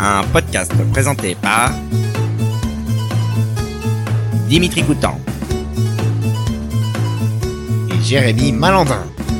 un podcast présenté par Dimitri Coutan et Jérémy Malandin.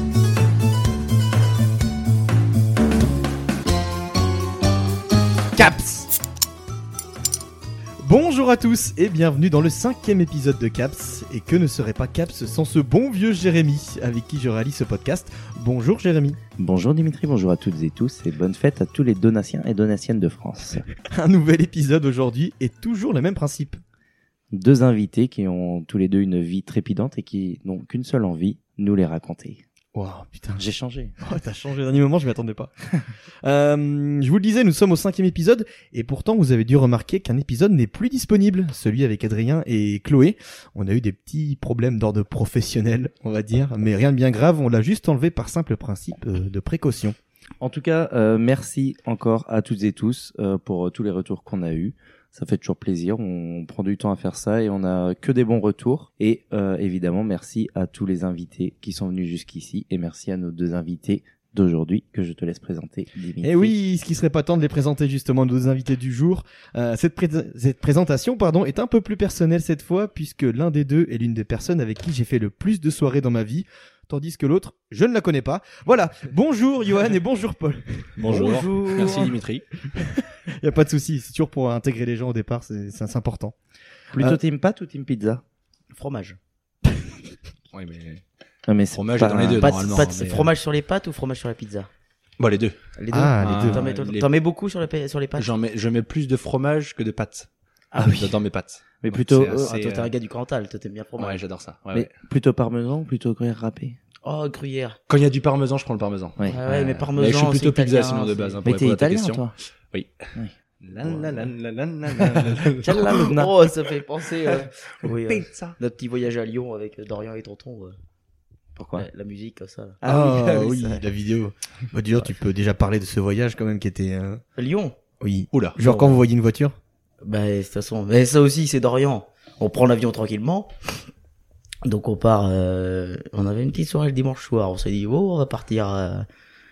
Caps. Bonjour à tous et bienvenue dans le 5e épisode de Caps. Et que ne serait pas Caps sans ce bon vieux Jérémy avec qui je réalise ce podcast. Bonjour Jérémy. Bonjour Dimitri, bonjour à toutes et tous et bonne fête à tous les donatiens et donatiennes de France. Un nouvel épisode aujourd'hui et toujours le même principe. Deux invités qui ont tous les deux une vie trépidante et qui n'ont qu'une seule envie, nous les raconter. Wow, putain. J'ai changé. Oh, t'as changé d'un moment, je m'y attendais pas. Je vous le disais, nous sommes au 5e épisode et pourtant vous avez dû remarquer qu'un épisode n'est plus disponible, celui avec Adrien et Chloé. On a eu des petits problèmes d'ordre professionnel, on va dire, mais rien de bien grave, on l'a juste enlevé par simple principe de précaution. En tout cas, merci encore à toutes et tous pour tous les retours qu'on a eus. Ça fait toujours plaisir, on prend du temps à faire ça et on a que des bons retours. Et évidemment, merci à tous les invités qui sont venus jusqu'ici et merci à nos deux invités d'aujourd'hui que je te laisse présenter, Dimitri. Et oui, ce qui serait pas temps de les présenter justement, nos invités du jour. Cette présentation, est un peu plus personnelle cette fois puisque l'un des deux est l'une des personnes avec qui j'ai fait le plus de soirées dans ma vie. Tandis que l'autre, je ne la connais pas. Voilà. Bonjour Johan et bonjour Paul. Bonjour. Merci Dimitri. Y a pas de souci. C'est toujours pour intégrer les gens au départ, c'est important. Plutôt team pâte ou team pizza? Fromage. Oui, mais Non, mais c'est fromage pas est dans les deux Pâte, normalement. pâte, fromage sur les pâtes ou fromage sur la pizza? Bon, les deux. Les deux. Ah, les deux. T'en mets beaucoup sur les pâtes? Je mets plus de fromage que de pâtes. Ah oui. Dans mes pâtes. Mais Donc, plutôt, c'est assez, Toi, t'es un gars du Cantal, toi t'aimes bien le fromage. Ouais, j'adore ça. Ouais, mais ouais. plutôt parmesan ou plutôt gruyère râpé? Oh, gruyère. Quand il y a du parmesan, je prends le parmesan. Ouais. Ouais, mais parmesan, Mais je suis plutôt c'est pizza italien, sinon de c'est- base. Hein, Mais pour t'es répondre à ta italien, question. toi? Oui. Oui. Oh, ça fait penser oui, Pizza. notre petit voyage à Lyon avec Dorian et Tonton. Pourquoi? La musique comme ça. Là. Ah oui, ça- la vidéo. Bah, d'ailleurs, tu peux déjà parler de ce voyage quand même qui était... Lyon. Oui. Oula. Genre quand vous voyez une voiture. Bah, de toute façon, mais ça aussi, c'est Dorian. On prend l'avion tranquillement. Donc on part, on avait une petite soirée le dimanche soir. On s'est dit, oh, on va partir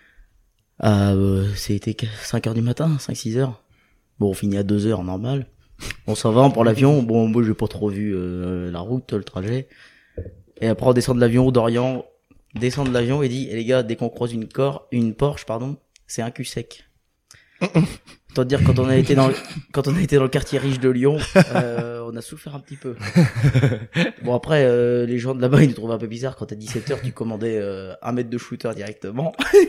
c'était 5h du matin, 5-6h. Bon, on finit à 2h, normal. On s'en va, on prend l'avion. Bon, moi, j'ai pas trop vu la route, le trajet. Et après, on descend de l'avion, Dorian descend de l'avion et dit, eh, les gars, dès qu'on croise une Porsche, c'est un cul sec. Autant dire, quand on a été dans le quartier riche de Lyon, on a souffert un petit peu. Bon, après, les gens de là-bas, ils nous trouvaient un peu bizarre quand à 17h, tu commandais 1 mètre de shooter directement.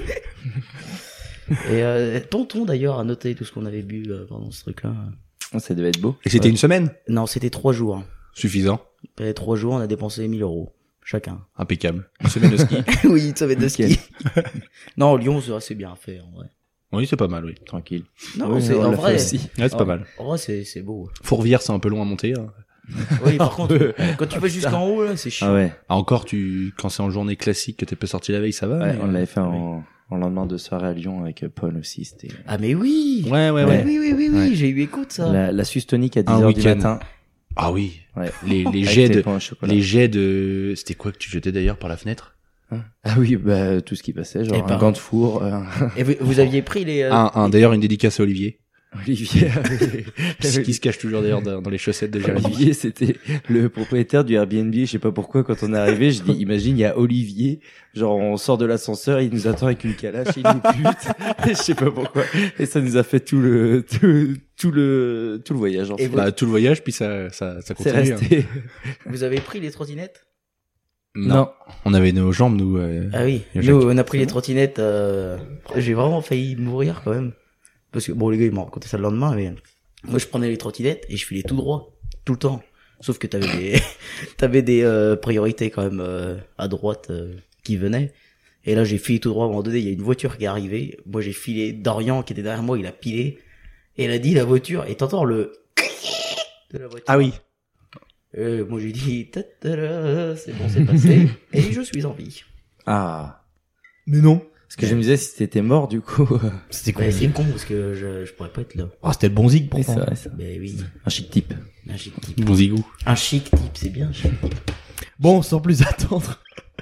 Et Tonton, d'ailleurs, a noté tout ce qu'on avait bu pendant ce truc-là. Ça devait être beau. Et c'était une semaine? Non, c'était 3 jours. Suffisant. Et 3 jours, on a dépensé 1 000 euros. Chacun. Impeccable. Une semaine de ski. Oui, une semaine de Nickel. ski. Non, Lyon, c'est assez bien fait, en vrai. Oui, c'est pas mal, oui. Tranquille. Non, Oui, c'est, on en l'a vrai. fait aussi. Ouais, c'est pas mal. En vrai, c'est beau. Fourvière, c'est un peu loin à monter. Hein. Oui, par contre, quand tu vas jusqu'en haut, là, c'est chiant. Ah ouais. Ah, encore, quand c'est en journée classique que t'es pas sorti la veille, ça va. Ouais, mais, on l'avait fait oui. en lendemain de soirée à Lyon avec Paul aussi. C'était Ah, mais oui! Ouais, ouais, Ah, ouais. oui, Ouais. j'ai eu écho de ça. la suce tonique à Un 10h du week-end. matin. Ah oui. Ouais. Les Avec jets tes de, pains au chocolat. les jets de, c'était quoi que tu jetais d'ailleurs par la fenêtre? Ah oui, bah tout ce qui passait, genre Et un par- gant de four, Et vous aviez pris les... D'ailleurs, une dédicace à Olivier. Olivier. Qui se cache toujours d'ailleurs dans les chaussettes de Jérémy. Olivier, c'était le propriétaire du Airbnb. Je sais pas pourquoi, quand on est arrivé, je dis, imagine, il y a Olivier. Genre, on sort de l'ascenseur, il nous attend avec une calache, il nous bute. Je sais pas pourquoi. Et ça nous a fait tout le voyage, en Et fait. vous- Bah, tout le voyage, puis ça C'est continue. hein. resté. Vous avez pris les trottinettes? Non. On avait nos jambes, nous. Ah oui. Il y a Nous, Jacques. on a pris les trottinettes, j'ai vraiment failli mourir, quand même. Parce que, bon, les gars, ils m'ont raconté ça le lendemain, mais moi, je prenais les trottinettes et je filais tout droit. Tout le temps. Sauf que t'avais des priorités, quand même, à droite, qui venaient. Et là, j'ai filé tout droit. À un moment donné, il y a une voiture qui est arrivée. Moi, j'ai filé Dorian, qui était derrière moi, il a pilé. Et elle a dit, la voiture, et t'entends le de la voiture. Ah oui. Moi, j'ai dit, ta-ta-da, c'est bon, c'est passé. Et je suis en vie. Ah. Mais non. Parce que je me disais, si t'étais mort, du coup. C'était quoi? Ouais, c'est con, parce que je pourrais pas être là. Oh, c'était le bon zig Oui, pourtant. c'est vrai, ça. Mais oui, Un chic type. un chic type. Bon zigou. Un chic type, c'est bien, chic type. Bon, sans plus attendre,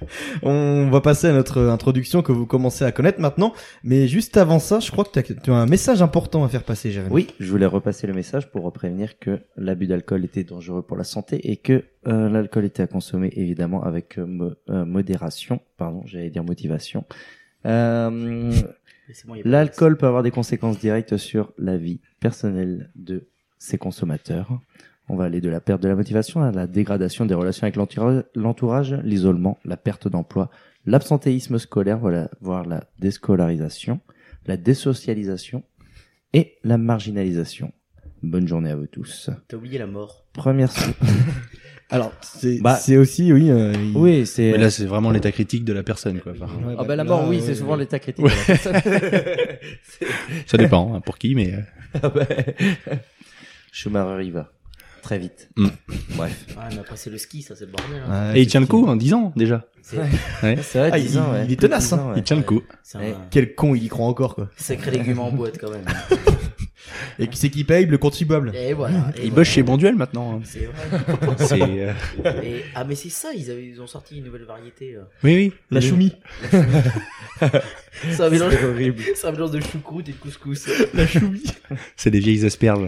On va passer à notre introduction que vous commencez à connaître maintenant. Mais juste avant ça, je crois que tu as un message important à faire passer, Jérémy. Oui, je voulais repasser le message pour prévenir que l'abus d'alcool était dangereux pour la santé et que l'alcool était à consommer évidemment avec modération. Pardon, j'allais dire motivation. Laissez-moi y aller. L'alcool peut avoir des conséquences directes sur la vie personnelle de ses consommateurs. On va aller de la perte de la motivation à la dégradation des relations avec l'entourage, l'isolement, la perte d'emploi, l'absentéisme scolaire, voire la déscolarisation, la désocialisation et la marginalisation. Bonne journée à vous tous. T'as oublié la mort. Première Alors, c'est Bah, aussi, oui. Oui, c'est... Mais là, c'est vraiment l'état critique de la personne, quoi. Enfin, Ouais, Ah bah la mort, là, oui, c'est souvent l'état critique. Ouais. de la personne. ça dépend, hein, pour qui, mais Ah bah. Schumacher y va. Très vite. Bref. Ah, mais après c'est le ski, ça c'est le bordel. Hein. Ouais, et il c'est tient le fini. coup, hein, 10 ans, déjà. C'est Ouais. C'est vrai, Ah, 10 ans, ouais. il est tenace, 10 hein. ans, ouais. Il tient le coup. c'est Ouais. un Quel con, il y croit encore, quoi. sacré légume en boîte quand même. Et qui c'est qui paye? Le contribuable. Et voilà. Il bosse chez Bonduel, maintenant. hein. C'est vrai. C'est, Ah mais c'est ça, ils ont sorti une nouvelle variété. Oui, oui. La choumi. C'est un mélange horrible. C'est un mélange de choucroute et de couscous. La choumi. C'est des vieilles asperges.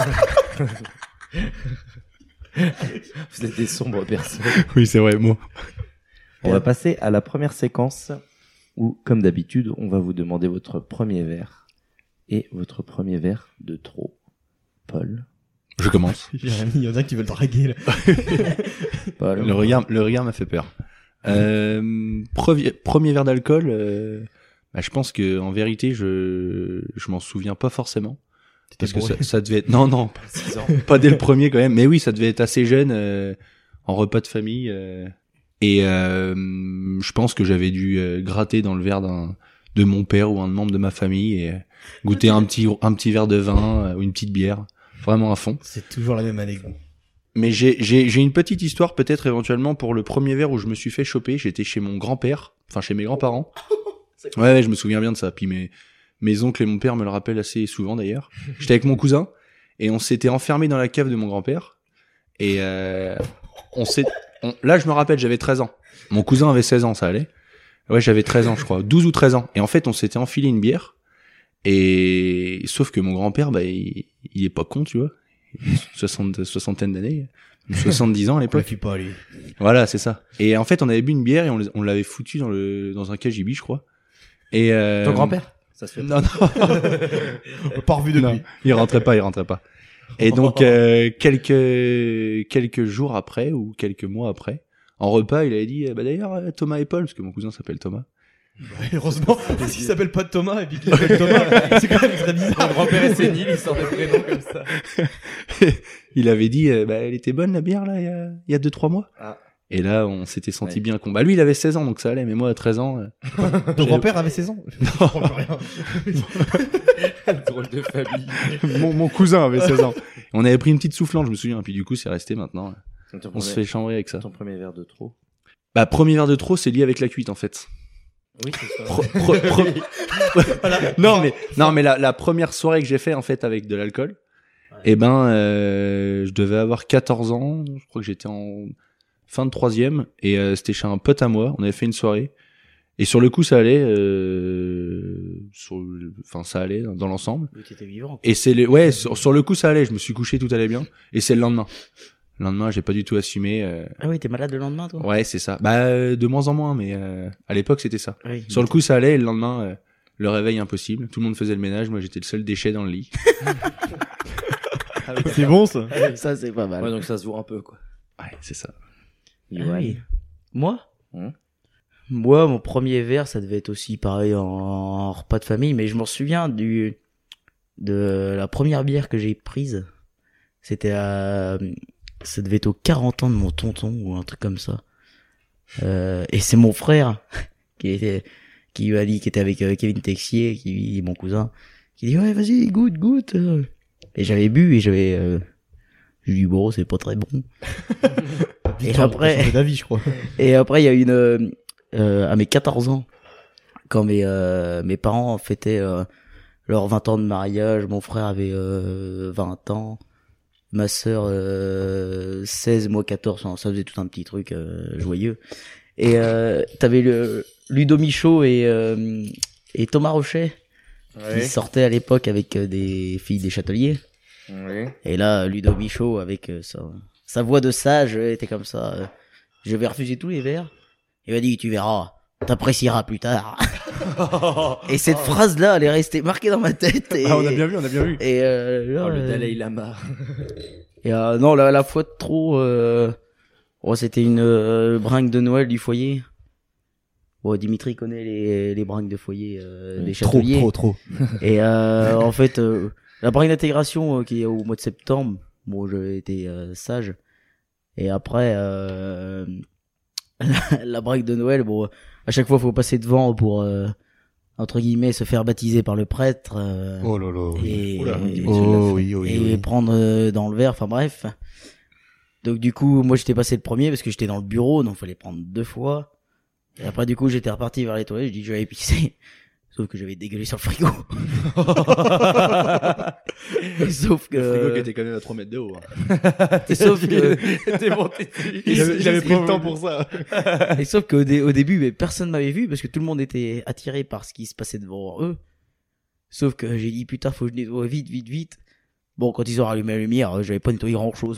Vous êtes des sombres personnes. Oui, c'est vrai, mot. On va passer à la première séquence où, comme d'habitude, on va vous demander votre premier verre et votre premier verre de trop. Paul. Je commence. Jérémy, il y en a qui veulent draguer, là. Paul. Le regard m'a fait peur. Premier verre d'alcool, bah, je pense que en vérité, je m'en souviens pas forcément. Parce que ça devait être... Non, 6 ans. pas dès le premier quand même. Mais oui, ça devait être assez jeune, en repas de famille. Et je pense que j'avais dû gratter dans le verre de mon père ou un membre de ma famille et goûter un petit verre de vin ou une petite bière. Vraiment à fond. C'est toujours la même année. Mais j'ai une petite histoire peut-être éventuellement pour le premier verre où je me suis fait choper. J'étais chez mon grand-père, enfin chez mes grands-parents. Ouais, je me souviens bien de ça. Puis mes oncles et mon père me le rappellent assez souvent d'ailleurs. J'étais avec mon cousin et on s'était enfermé dans la cave de mon grand-père. Et là, je me rappelle, j'avais 13 ans. Mon cousin avait 16 ans, ça allait. Ouais, j'avais 13 ans, je crois. 12 ou 13 ans. Et en fait, on s'était enfilé une bière. Et sauf que mon grand-père, bah, il est pas con, tu vois. Soixantaine d'années. 70 ans à On la l'époque. fuit pas, lui. Voilà, c'est ça. Et en fait, on avait bu une bière et on l'avait foutu dans un KGB, je crois. Et Ton grand-père? Ça se fait. Non, Pas revu non, depuis. il rentrait pas. Et donc quelques jours après ou quelques mois après, en repas, il avait dit bah d'ailleurs Thomas et Paul, parce que mon cousin s'appelle Thomas. Ouais, heureusement, parce qu'il s'appelle pas Thomas et puis qu'il s'appelle Thomas. C'est quand même très bizarre. grand-père est sénile, il sort des prénoms comme ça. Il avait dit bah elle était bonne la bière là il y a 2-3 mois. Ah. Et là, on s'était senti Ouais. bien con. Bah lui, il avait 16 ans donc ça allait, mais moi à 13 ans Ton grand-père avait 16 ans. Non. Drôle de famille. mon cousin avait 16 ans. On avait pris une petite soufflante, je me souviens, puis du coup, c'est resté maintenant. On se fait chambrer avec ça. Ton premier verre de trop. Bah premier verre de trop, c'est lié avec la cuite en fait. Oui, c'est ça. Non mais la première soirée que j'ai fait en fait avec de l'alcool, Ouais. je devais avoir 14 ans, je crois que j'étais en fin de troisième et c'était chez un pote à moi, on avait fait une soirée et sur le coup ça allait, ça allait dans l'ensemble Oui, t'étais vivant. et sur le coup ça allait, je me suis couché, tout allait bien et c'est le lendemain. Le lendemain j'ai pas du tout assumé. Ah oui, t'es malade le lendemain, toi? Ouais c'est ça, de moins en moins mais à l'époque c'était ça. Oui. Sur le coup, ça allait, et le lendemain, le réveil impossible. Tout le monde faisait le ménage, moi j'étais le seul déchet dans le lit. C'est bon, ça. Ça, c'est pas mal. Ouais, donc ça se voit un peu, quoi. Ouais, c'est ça. Ah oui. Moi? Hum. Moi, mon premier verre, ça devait être aussi pareil en repas de famille, mais je m'en souviens de la première bière que j'ai prise. C'était ça devait être aux 40 ans de mon tonton ou un truc comme ça. Et c'est mon frère qui m'a dit, qui était avec Kevin Texier, mon cousin, qui dit ouais, vas-y, goûte. Et j'avais bu et j'ai dit bon, c'est pas très bon. Et après, J'ai d'avis, je crois. et après, il y a une à mes 14 ans, quand mes parents fêtaient leurs 20 ans de mariage, mon frère avait 20 ans, ma sœur 16, moi 14, ça faisait tout un petit truc joyeux. Et t'avais Ludo Michaud et Thomas Rochet qui sortaient à l'époque avec des filles des Châteliers. Oui. Et là, Ludo Michaud avec sa voix de sage était comme ça. Je vais refuser tous les verres. Il m'a dit, tu verras, t'apprécieras plus tard. Et cette phrase-là, elle est restée marquée dans ma tête. Et, Ah, on a bien vu. Et là, Oh, le Dalai Lama. et non, la fois de trop, c'était une bringue de Noël du foyer. Bon, Dimitri connaît les bringues de foyer des Châteliers. Trop. Et en fait, la bringue d'intégration qui est au mois de septembre, bon, j'ai été sage. Et après, la bringue de Noël, bon, à chaque fois, faut passer devant pour entre guillemets se faire baptiser par le prêtre. Oh là là. Et, oui. prendre dans le verre. Enfin bref. Donc du coup, moi j'étais passé le premier parce que j'étais dans le bureau, donc fallait prendre 2 fois. Et après du coup, j'étais reparti vers les toilettes. Je dis que j'allais pisser. Sauf que j'avais dégueulé sur le frigo. Sauf que... Le frigo qui était quand même à 3 mètres de haut. Hein. Sauf que... Il avait pris le temps pour ça. Et sauf qu'au au début, mais personne m'avait vu parce que tout le monde était attiré par ce qui se passait devant eux. Sauf que j'ai dit, putain, faut que je nettoie vite. Bon, quand ils ont rallumé la lumière, j'avais pas nettoyé grand chose.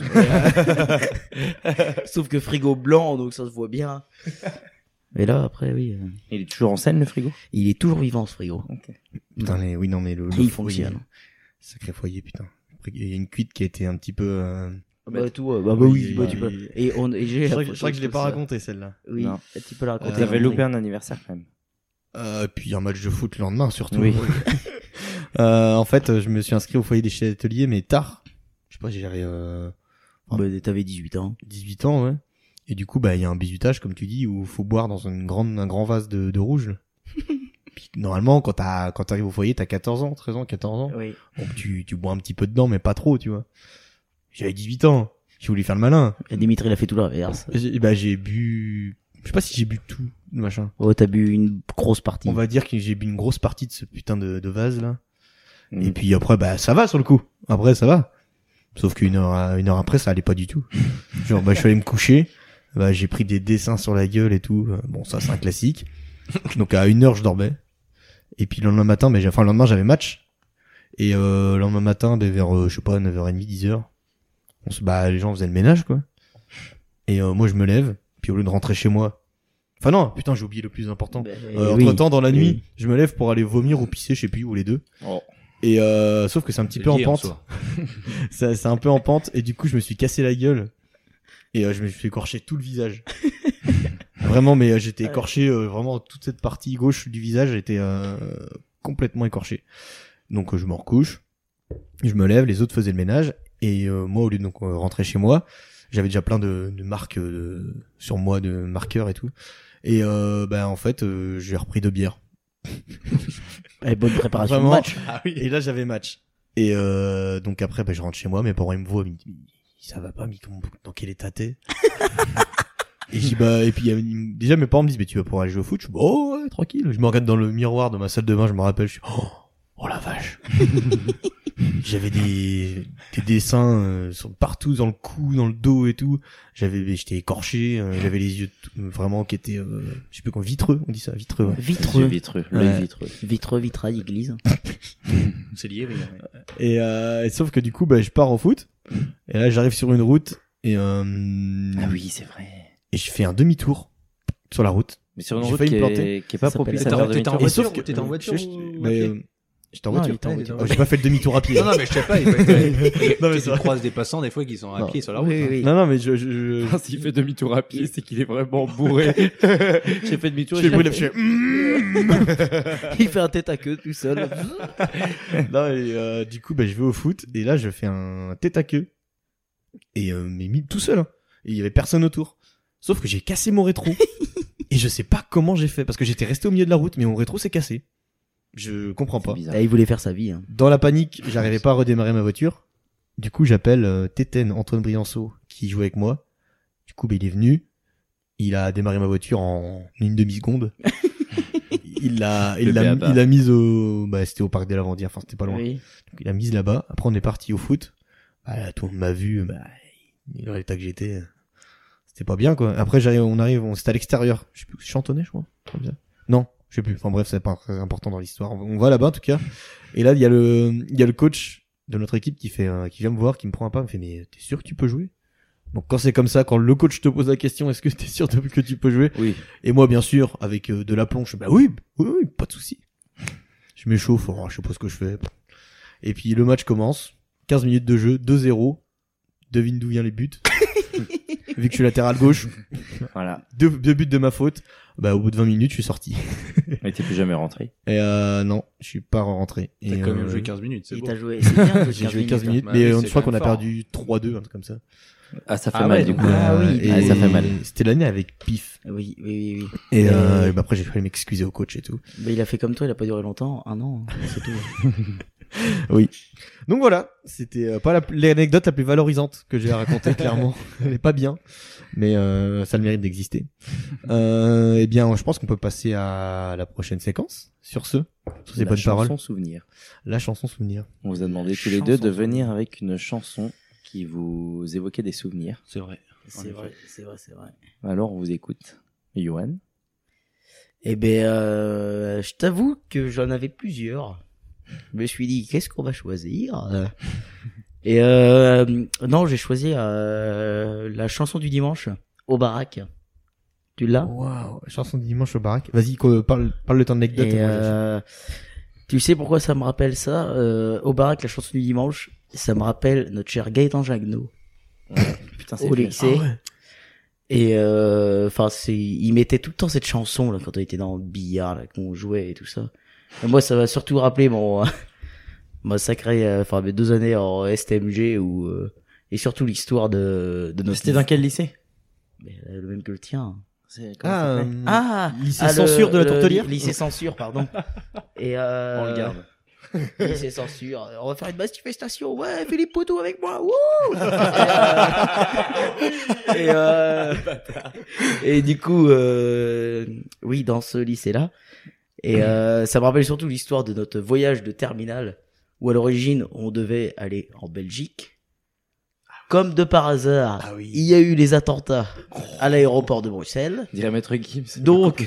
Sauf que frigo blanc, donc ça se voit bien. Et là, après, oui. Il est toujours en scène, le frigo? Il est toujours vivant, ce frigo. Putain, mais oui, non, mais le Il foyer, fonctionne. Sacré foyer, putain. Après, il y a une cuite qui a été un petit peu, Bah, tout, oui, tu peux. Et j'ai. Je crois que je l'ai pas raconté, celle-là. Oui, Non. tu peux la raconter. T'avais loupé un anniversaire, quand même. Puis un match de foot le lendemain, surtout. Oui. En fait, je me suis inscrit au foyer des Châteliers, mais tard. Je sais pas, j'avais, Bah, t'avais 18 ans. 18 ans, ouais. Et du coup, bah, il y a un bizutage, comme tu dis, où faut boire dans un grand vase de rouge. Puis, normalement, quand t'arrives au foyer, t'as 14 ans, 13 ans, 14 ans. Oui. Donc, tu bois un petit peu dedans, mais pas trop, tu vois. J'avais 18 ans. J'ai voulu faire le malin. Et Dimitri, il a fait tout l'inverse. J'ai bu, je sais pas si j'ai bu tout, le machin. Oh, t'as bu une grosse partie. On va dire que j'ai bu une grosse partie de ce putain de vase, là. Mm. Et puis après, bah, ça va sur le coup. Après, ça va. Sauf qu'une heure après, ça allait pas du tout. Genre, bah, je suis allé me coucher. Bah, j'ai pris des dessins sur la gueule et tout. Bon, ça, c'est un classique. Donc, à 1h, je dormais. Et puis, le lendemain matin, le lendemain, j'avais match. Et, le lendemain matin, vers, je sais pas, 9h30, 10h. Les gens faisaient le ménage, quoi. Et, moi, je me lève. Puis, au lieu de rentrer chez moi. Enfin, non, putain, j'ai oublié le plus important. Entre temps, dans la nuit, je me lève pour aller vomir ou pisser, je sais plus, ou les deux. Oh. Et, sauf que c'est un petit peu en pente. C'est un peu en pente. Et du coup, je me suis cassé la gueule. Et je me suis écorché tout le visage. Vraiment, mais j'étais écorché, vraiment toute cette partie gauche du visage était complètement écorché. Donc je me recouche, je me lève, les autres faisaient le ménage, et moi au lieu de rentrer chez moi, j'avais déjà plein de marques sur moi, de marqueurs et tout. Et en fait, j'ai repris 2 bières. Bonne préparation Vraiment. de match. Ah oui. Et là j'avais match. Et donc après, je rentre chez moi, mes parents ils me voient, ils me disent ça va pas, mais dans quel état t'es? Et je dis et puis déjà mes parents me disent mais tu vas pouvoir aller jouer au foot? Je dis oh ouais, tranquille. Je me regarde dans le miroir de ma salle de bain, je me rappelle, je suis oh la vache. J'avais des dessins partout dans le cou, dans le dos et tout. J'étais écorché, j'avais les yeux vraiment qui étaient je sais plus comment, vitreux, on dit ça, vitreux. Ouais. Vitreux. L'œil Ouais. vitreux. Vitrail, église. C'est lié, oui. Et sauf que du coup je pars au foot. Et là j'arrive sur une route et Ah oui, c'est vrai. et je fais un demi-tour sur la route. Mais sur une J'ai route failli qui me planter. est pas Ça s'appelle- propice à faire T'étais en demi-tour. Et sauf voiture, que t'étais en voiture ou à mais pied j'étais en Non, voiture. il était en voiture. J'ai pas fait le demi-tour à pied. Non, mais je sais pas, Non, mais c'est tu vrai. croises des passants des fois qui sont à Non. pied sur la route. Oui, hein. oui. Non, mais je... S'il fait demi-tour à pied, c'est qu'il est vraiment bourré. J'ai fait demi-tour. Je fais le bruit de Il fait un tête à queue tout seul. Non, et du coup, je vais au foot, et là, je fais un tête à queue. Et, mais mis tout seul, hein. Et il y avait personne autour. Sauf que j'ai cassé mon rétro. Et je sais pas comment j'ai fait, parce que j'étais resté au milieu de la route, mais mon rétro s'est cassé. Je comprends pas. Bizarre. Et il voulait faire sa vie. Hein. Dans la panique, j'arrivais pas à redémarrer ma voiture. Du coup, j'appelle Téten, Antoine Brianceau, qui jouait avec moi. Du coup, il est venu. Il a démarré ma voiture en une demi-seconde. il l'a mise au, c'était au parc des Lavandières. Enfin, c'était pas loin. Oui. Donc, il a mise là-bas. Après, on est parti au foot. Là, tout le monde m'a vu. Le résultat que j'étais, c'était pas bien, quoi. Après, c'était à l'extérieur. Je sais plus, Chantonnay, je crois. Comme ça. Non, je sais plus. Enfin bref, c'est pas très important dans l'histoire. On va là-bas, en tout cas. Et là, il y a le coach de notre équipe qui vient me voir, qui me prend un pas, me fait, mais t'es sûr que tu peux jouer? Donc quand c'est comme ça, quand le coach te pose la question, est-ce que t'es sûr que tu peux jouer? Oui. Et moi, bien sûr, avec de l'aplomb, je fais, bah oui, pas de souci. Je m'échauffe, je sais pas ce que je fais. Et puis le match commence, 15 minutes de jeu, 2-0. Devine d'où viennent les buts. Vu que je suis latéral gauche. Voilà. Deux buts de ma faute. Bah au bout de 20 minutes, je suis sorti. Mais t'es plus jamais rentré. Et non, je suis pas rentré. T'as quand même joué 15 minutes, c'est Et beau. t'as joué, c'est bien, J'ai joué 15 minutes, Bah mais oui, je c'est crois quand qu'on a même fort. perdu 3-2, un truc comme ça. Ah, ça fait Ah mal ouais, du donc, coup. Et Ah, ça fait mal. C'était l'année avec Pif. Oui. Et bah après, j'ai fallu m'excuser au coach et tout. Mais il a fait comme toi, il a pas duré longtemps, 1 an, c'est tout. Oui. Donc voilà, c'était pas l'anecdote la plus valorisante que j'ai à raconter, clairement. Elle est pas bien, mais ça a le mérite d'exister. Eh bien, je pense qu'on peut passer à la prochaine séquence. Sur ces bonnes paroles. La chanson souvenir. La chanson souvenir. On vous a demandé tous les deux de venir avec une chanson qui vous évoquait des souvenirs. C'est vrai. C'est vrai. Alors, on vous écoute. Johan. Eh ben, je t'avoue que j'en avais plusieurs. Je me suis dit, qu'est-ce qu'on va choisir? Et non, j'ai choisi la chanson du dimanche au baraque. Tu l'as? Waouh, chanson du dimanche au baraque. Vas-y, parle de ton anecdote. Et tu sais pourquoi ça me rappelle ça? Au baraque, la chanson du dimanche, ça me rappelle notre cher Gaëtan Jagneau. Putain, Au lycée. Et enfin, il mettait tout le temps cette chanson là quand on était dans le billard, là, qu'on jouait et tout ça. Et moi, ça m'a surtout rappelé ma sacrée, enfin mes 2 années en STMG et surtout l'histoire de notre. C'était dans quel lycée? Le même que le tien. Lycée censure de la Tourtelière. Lycée censure, pardon. Et On le garde. lycée censure. On va faire une manifestation. Ouais, Philippe Poutou avec moi. Wouh! Et du coup, oui, dans ce lycée-là. Et ça me rappelle surtout l'histoire de notre voyage de terminale où à l'origine on devait aller en Belgique. Comme de par hasard, il y a eu les attentats à l'aéroport de Bruxelles. Dirait Maître Gims. Donc,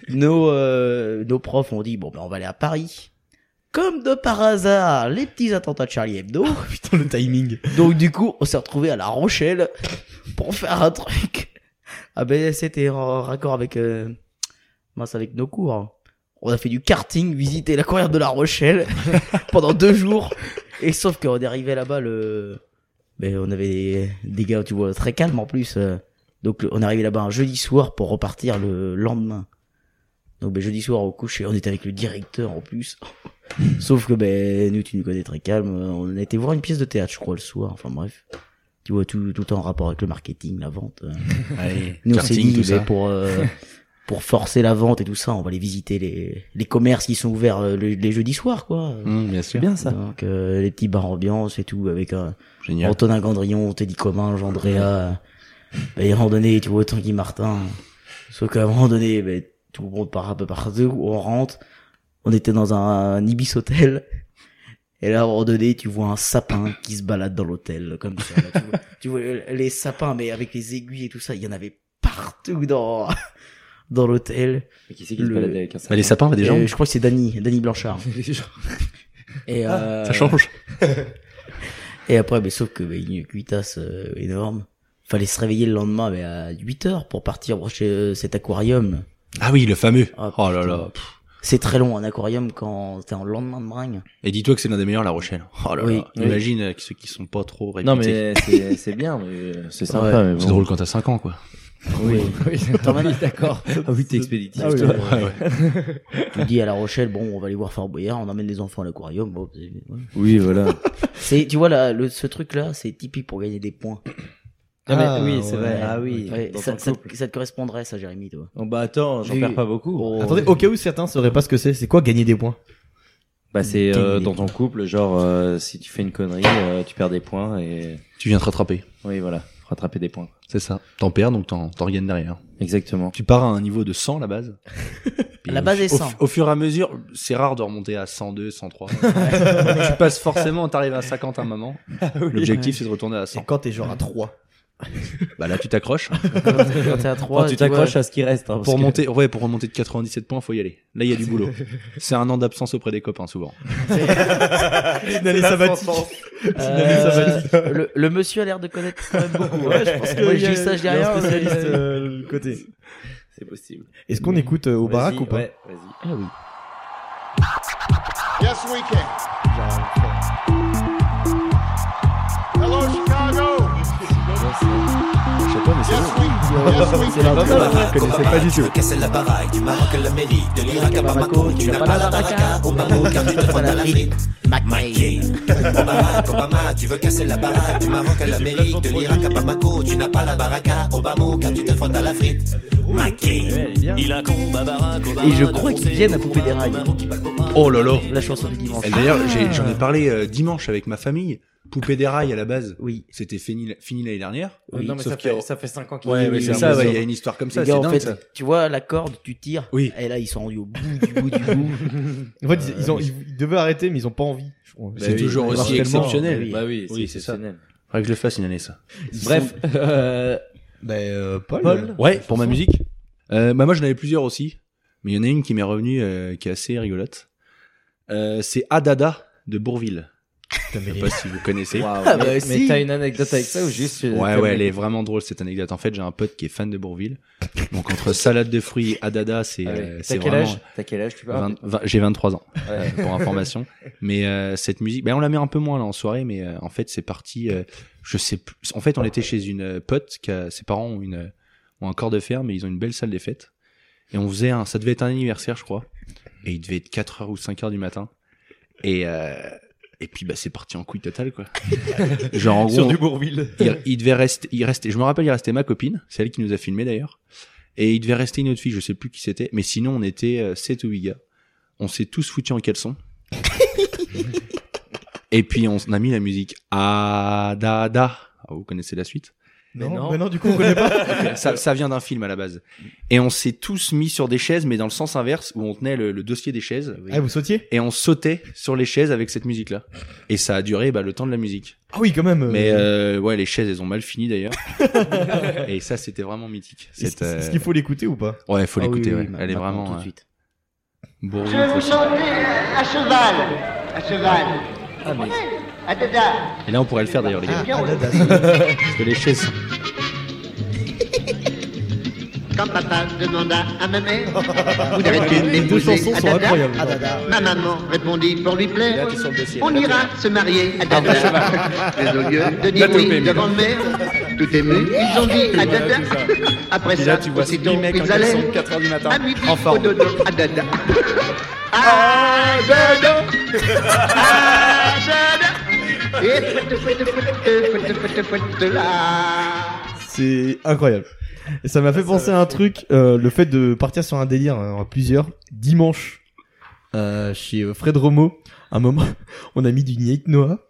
nos profs ont dit, bon, ben, on va aller à Paris. Comme de par hasard, les petits attentats de Charlie Hebdo. Putain, le timing. Donc, du coup, on s'est retrouvés à La Rochelle pour faire un truc. Ah ben, c'était en raccord avec, avec nos cours. On a fait du karting, visiter la carrière de La Rochelle pendant 2 jours. Et sauf qu'on est arrivé là-bas ben, on avait des gars, tu vois, très calmes en plus. Donc, on est arrivé là-bas un jeudi soir pour repartir le lendemain. Donc, ben, jeudi soir au coucher, on était avec le directeur en plus. Sauf que, ben, nous, tu nous connais très calme. On a été voir une pièce de théâtre, je crois, le soir. Enfin, bref. Tu vois, tout en rapport avec le marketing, la vente. Allez, Nous, on s'est karting, dit, tout ben, ça. pour forcer la vente et tout ça, on va aller visiter les commerces qui sont ouverts les jeudis soirs, quoi. Bien sûr. Bien ça. Donc, les petits bars ambiance et tout, avec Génial. Antonin Gandrion, Teddy Comin, Jean Drea. Ben, à un moment donné, tu vois, Tanguy Martin. Sauf qu'à un moment donné, ben, tout le monde part un peu partout, on rentre. On était dans un Ibis Hotel. Et là, à un moment donné, tu vois un sapin qui se balade dans l'hôtel, comme ça. Là, tu vois les sapins, mais avec les aiguilles et tout ça, il y en avait partout dans l'hôtel. Mais qui c'est qui se balade avec un sapin? Bah, les sapins, des gens. Je crois que c'est Danny Blanchard. Et Ça change. Et après, mais sauf que une cuitasse énorme. Fallait se réveiller le lendemain mais à 8h pour partir chez cet aquarium. Ah oui, le fameux. Ah, Oh là putain. là. C'est très long un aquarium quand t'es en lendemain de bringue. Et dis-toi que c'est l'un des meilleurs, La Rochelle. Oh là Oui. là. Imagine ceux qui sont pas trop réputés. Non, mais c'est bien, mais c'est sympa. Ouais. Mais C'est bon. drôle quand t'as 5 ans, quoi. Oui, d'accord. Ah oui, t'es expéditif. Ah oui, toi. ouais. Tu dis à La Rochelle, bon, on va aller voir Fort Boyard, on emmène les enfants à l'aquarium. Bon, ouais. Oui, voilà. Tu vois ce truc-là, c'est typique pour gagner des points. Non, mais, Ah, oui, c'est ouais. vrai. Ah oui. Ouais, Dans ça ton couple. te correspondrait, ça, Jérémy, toi. Oh, bah attends, j'en Oui. perds pas beaucoup. Oh. Attendez, au cas où certains sauraient pas ce que c'est quoi gagner des points? Bah c'est Gagner des dans ton couple, genre si tu fais une connerie, tu perds des points et Tu viens te rattraper. oui voilà, rattraper des points. C'est ça. T'en perds, donc t'en regagnes derrière. Exactement. Tu pars à un niveau de 100 à la base. Puis La base est 100. Au fur et à mesure, c'est rare de remonter à 102, 103. Tu passes forcément, t'arrives à 50 à un moment. L'objectif, c'est de retourner à Et 100. quand t'es genre à 3. Bah là, tu t'accroches. Quand t'es à 3, tu t'accroches à ce qui reste. Hein, Pour remonter de 97 points, faut y aller. Là, il y a du boulot. C'est un an d'absence auprès des copains, souvent. Une année sabbatique. Le monsieur a l'air de connaître quand même beaucoup. Ouais, je pense que Moi, il y je a- dis ça, je dis il y a rien. un spécialiste le côté. C'est possible. Est-ce qu'on écoute au Vas-y, baraque ou pas? Ouais, vas-y. Ah oui. Yes, we can. Hello, Chicago. Je sais pas, mais c'est Yes, bon. we C'est la bonne. Je connaissais pas du tout. Casser la baraque du Maroc, l'Amérique, de l'Irak à Bamako, tu n'as pas la baraka. Au Bamako, car tu te prends la frite. McKay. Obama, tu veux casser la baraque du Maroc à l'Amérique, de l'Irak à Bamako, tu n'as pas la baraka. Au Bamako, car tu te frottes à la frite. McKay. Il a combat Barack Obama. Et je crois qu'ils viennent à Poupée des rails. Oh là là. La chanson du dimanche. Et d'ailleurs, j'en ai parlé dimanche avec ma famille. Poupée des rails à la base. Oui. C'était fini l'année dernière. Oui, non, mais sauf ça fait 5 ans qu'il Ouais, est- mais il c'est est ça, en ouais, il y a maison. une histoire comme Les ça, gars, c'est en dingue fait, ça. tu vois la corde, tu tires. Oui. Et là, ils sont rendus au bout du bout du bout. En fait, ils devaient arrêter, mais ils ont pas envie. je crois. C'est oui, toujours ça aussi marche tellement. exceptionnel. Oui. Bah oui, Oui, c'est c'est ça. exceptionnel. Faudrait que je le fasse une année, ça. Bref, Paul. Ouais, pour ma musique. Bah moi j'en avais plusieurs aussi, mais il y en a une qui m'est revenue qui est assez rigolote. C'est Adada de Bourville. Je sais pas si vous connaissez. waouh. Ah, bah, mais si. t'as une anecdote avec ça ou juste Ouais, elle est vraiment drôle cette anecdote. En fait, j'ai un pote qui est fan de Bourville. Donc entre salade de fruits et Adada, c'est T'as c'est quel vraiment. âge T'as quel âge tu parles J'ai 23 ans Ouais. pour information. Mais cette musique, on la met un peu moins là en soirée, mais en fait c'est parti. Je sais plus. En fait, on était chez une pote ses parents ont un corps de ferme et ils ont une belle salle des fêtes. Et on faisait ça devait être un anniversaire, je crois. Et il devait être 4h ou 5h du matin. Et puis c'est parti en couille totale quoi. Genre en gros, Bourville. il devait rester, je me rappelle, il restait ma copine, c'est elle qui nous a filmé d'ailleurs. Et il devait rester une autre fille, je sais plus qui c'était, mais sinon on était 7 ou 8 gars. On s'est tous foutus en caleçon. Et puis on a mis la musique Adada. Ah, vous connaissez la suite? Non, mais non, du coup, on connaît pas. Ça vient d'un film à la base. Et on s'est tous mis sur des chaises, mais dans le sens inverse, où on tenait le dossier des chaises. Ah, vous sautiez? Et on sautait sur les chaises avec cette musique-là. Et ça a duré le temps de la musique. Ah oui, quand même. Mais ouais, les chaises, elles ont mal fini d'ailleurs. Et ça, c'était vraiment mythique. Est-ce qu'il faut l'écouter ou pas? Ouais, faut l'écouter. Ouais. Elle est maintenant, vraiment tout de suite. Bourville. Je vais vous chanter à cheval. À cheval. Ah, mais Adada. Et là, on pourrait le faire d'ailleurs, les gars. Bien, on le Parce que les chaises sont... Quand papa demanda à ma mère, voudrais-tu Les deux m'épouser chansons sont Adada? incroyables. Ma maman répondit pour lui Là, plaire, t'es sur le dossier. on ira se marier à Dada. Mais au lieu de dire Là, t'es au oui PMU. devant le maire, tout ému, ils ont dit à Dada. Après Puis là, ça, tu vois aussitôt, 8 mecs en ils allaient caleçon, 4h du matin, à midi en au forme. dodo à Dada. À Dada. À Dada. Et fouette là. C'est incroyable. Et ça m'a fait penser à un truc, le fait de partir sur un délire à plusieurs. Dimanche, chez Fred Romo, un moment, on a mis du Nick Noah.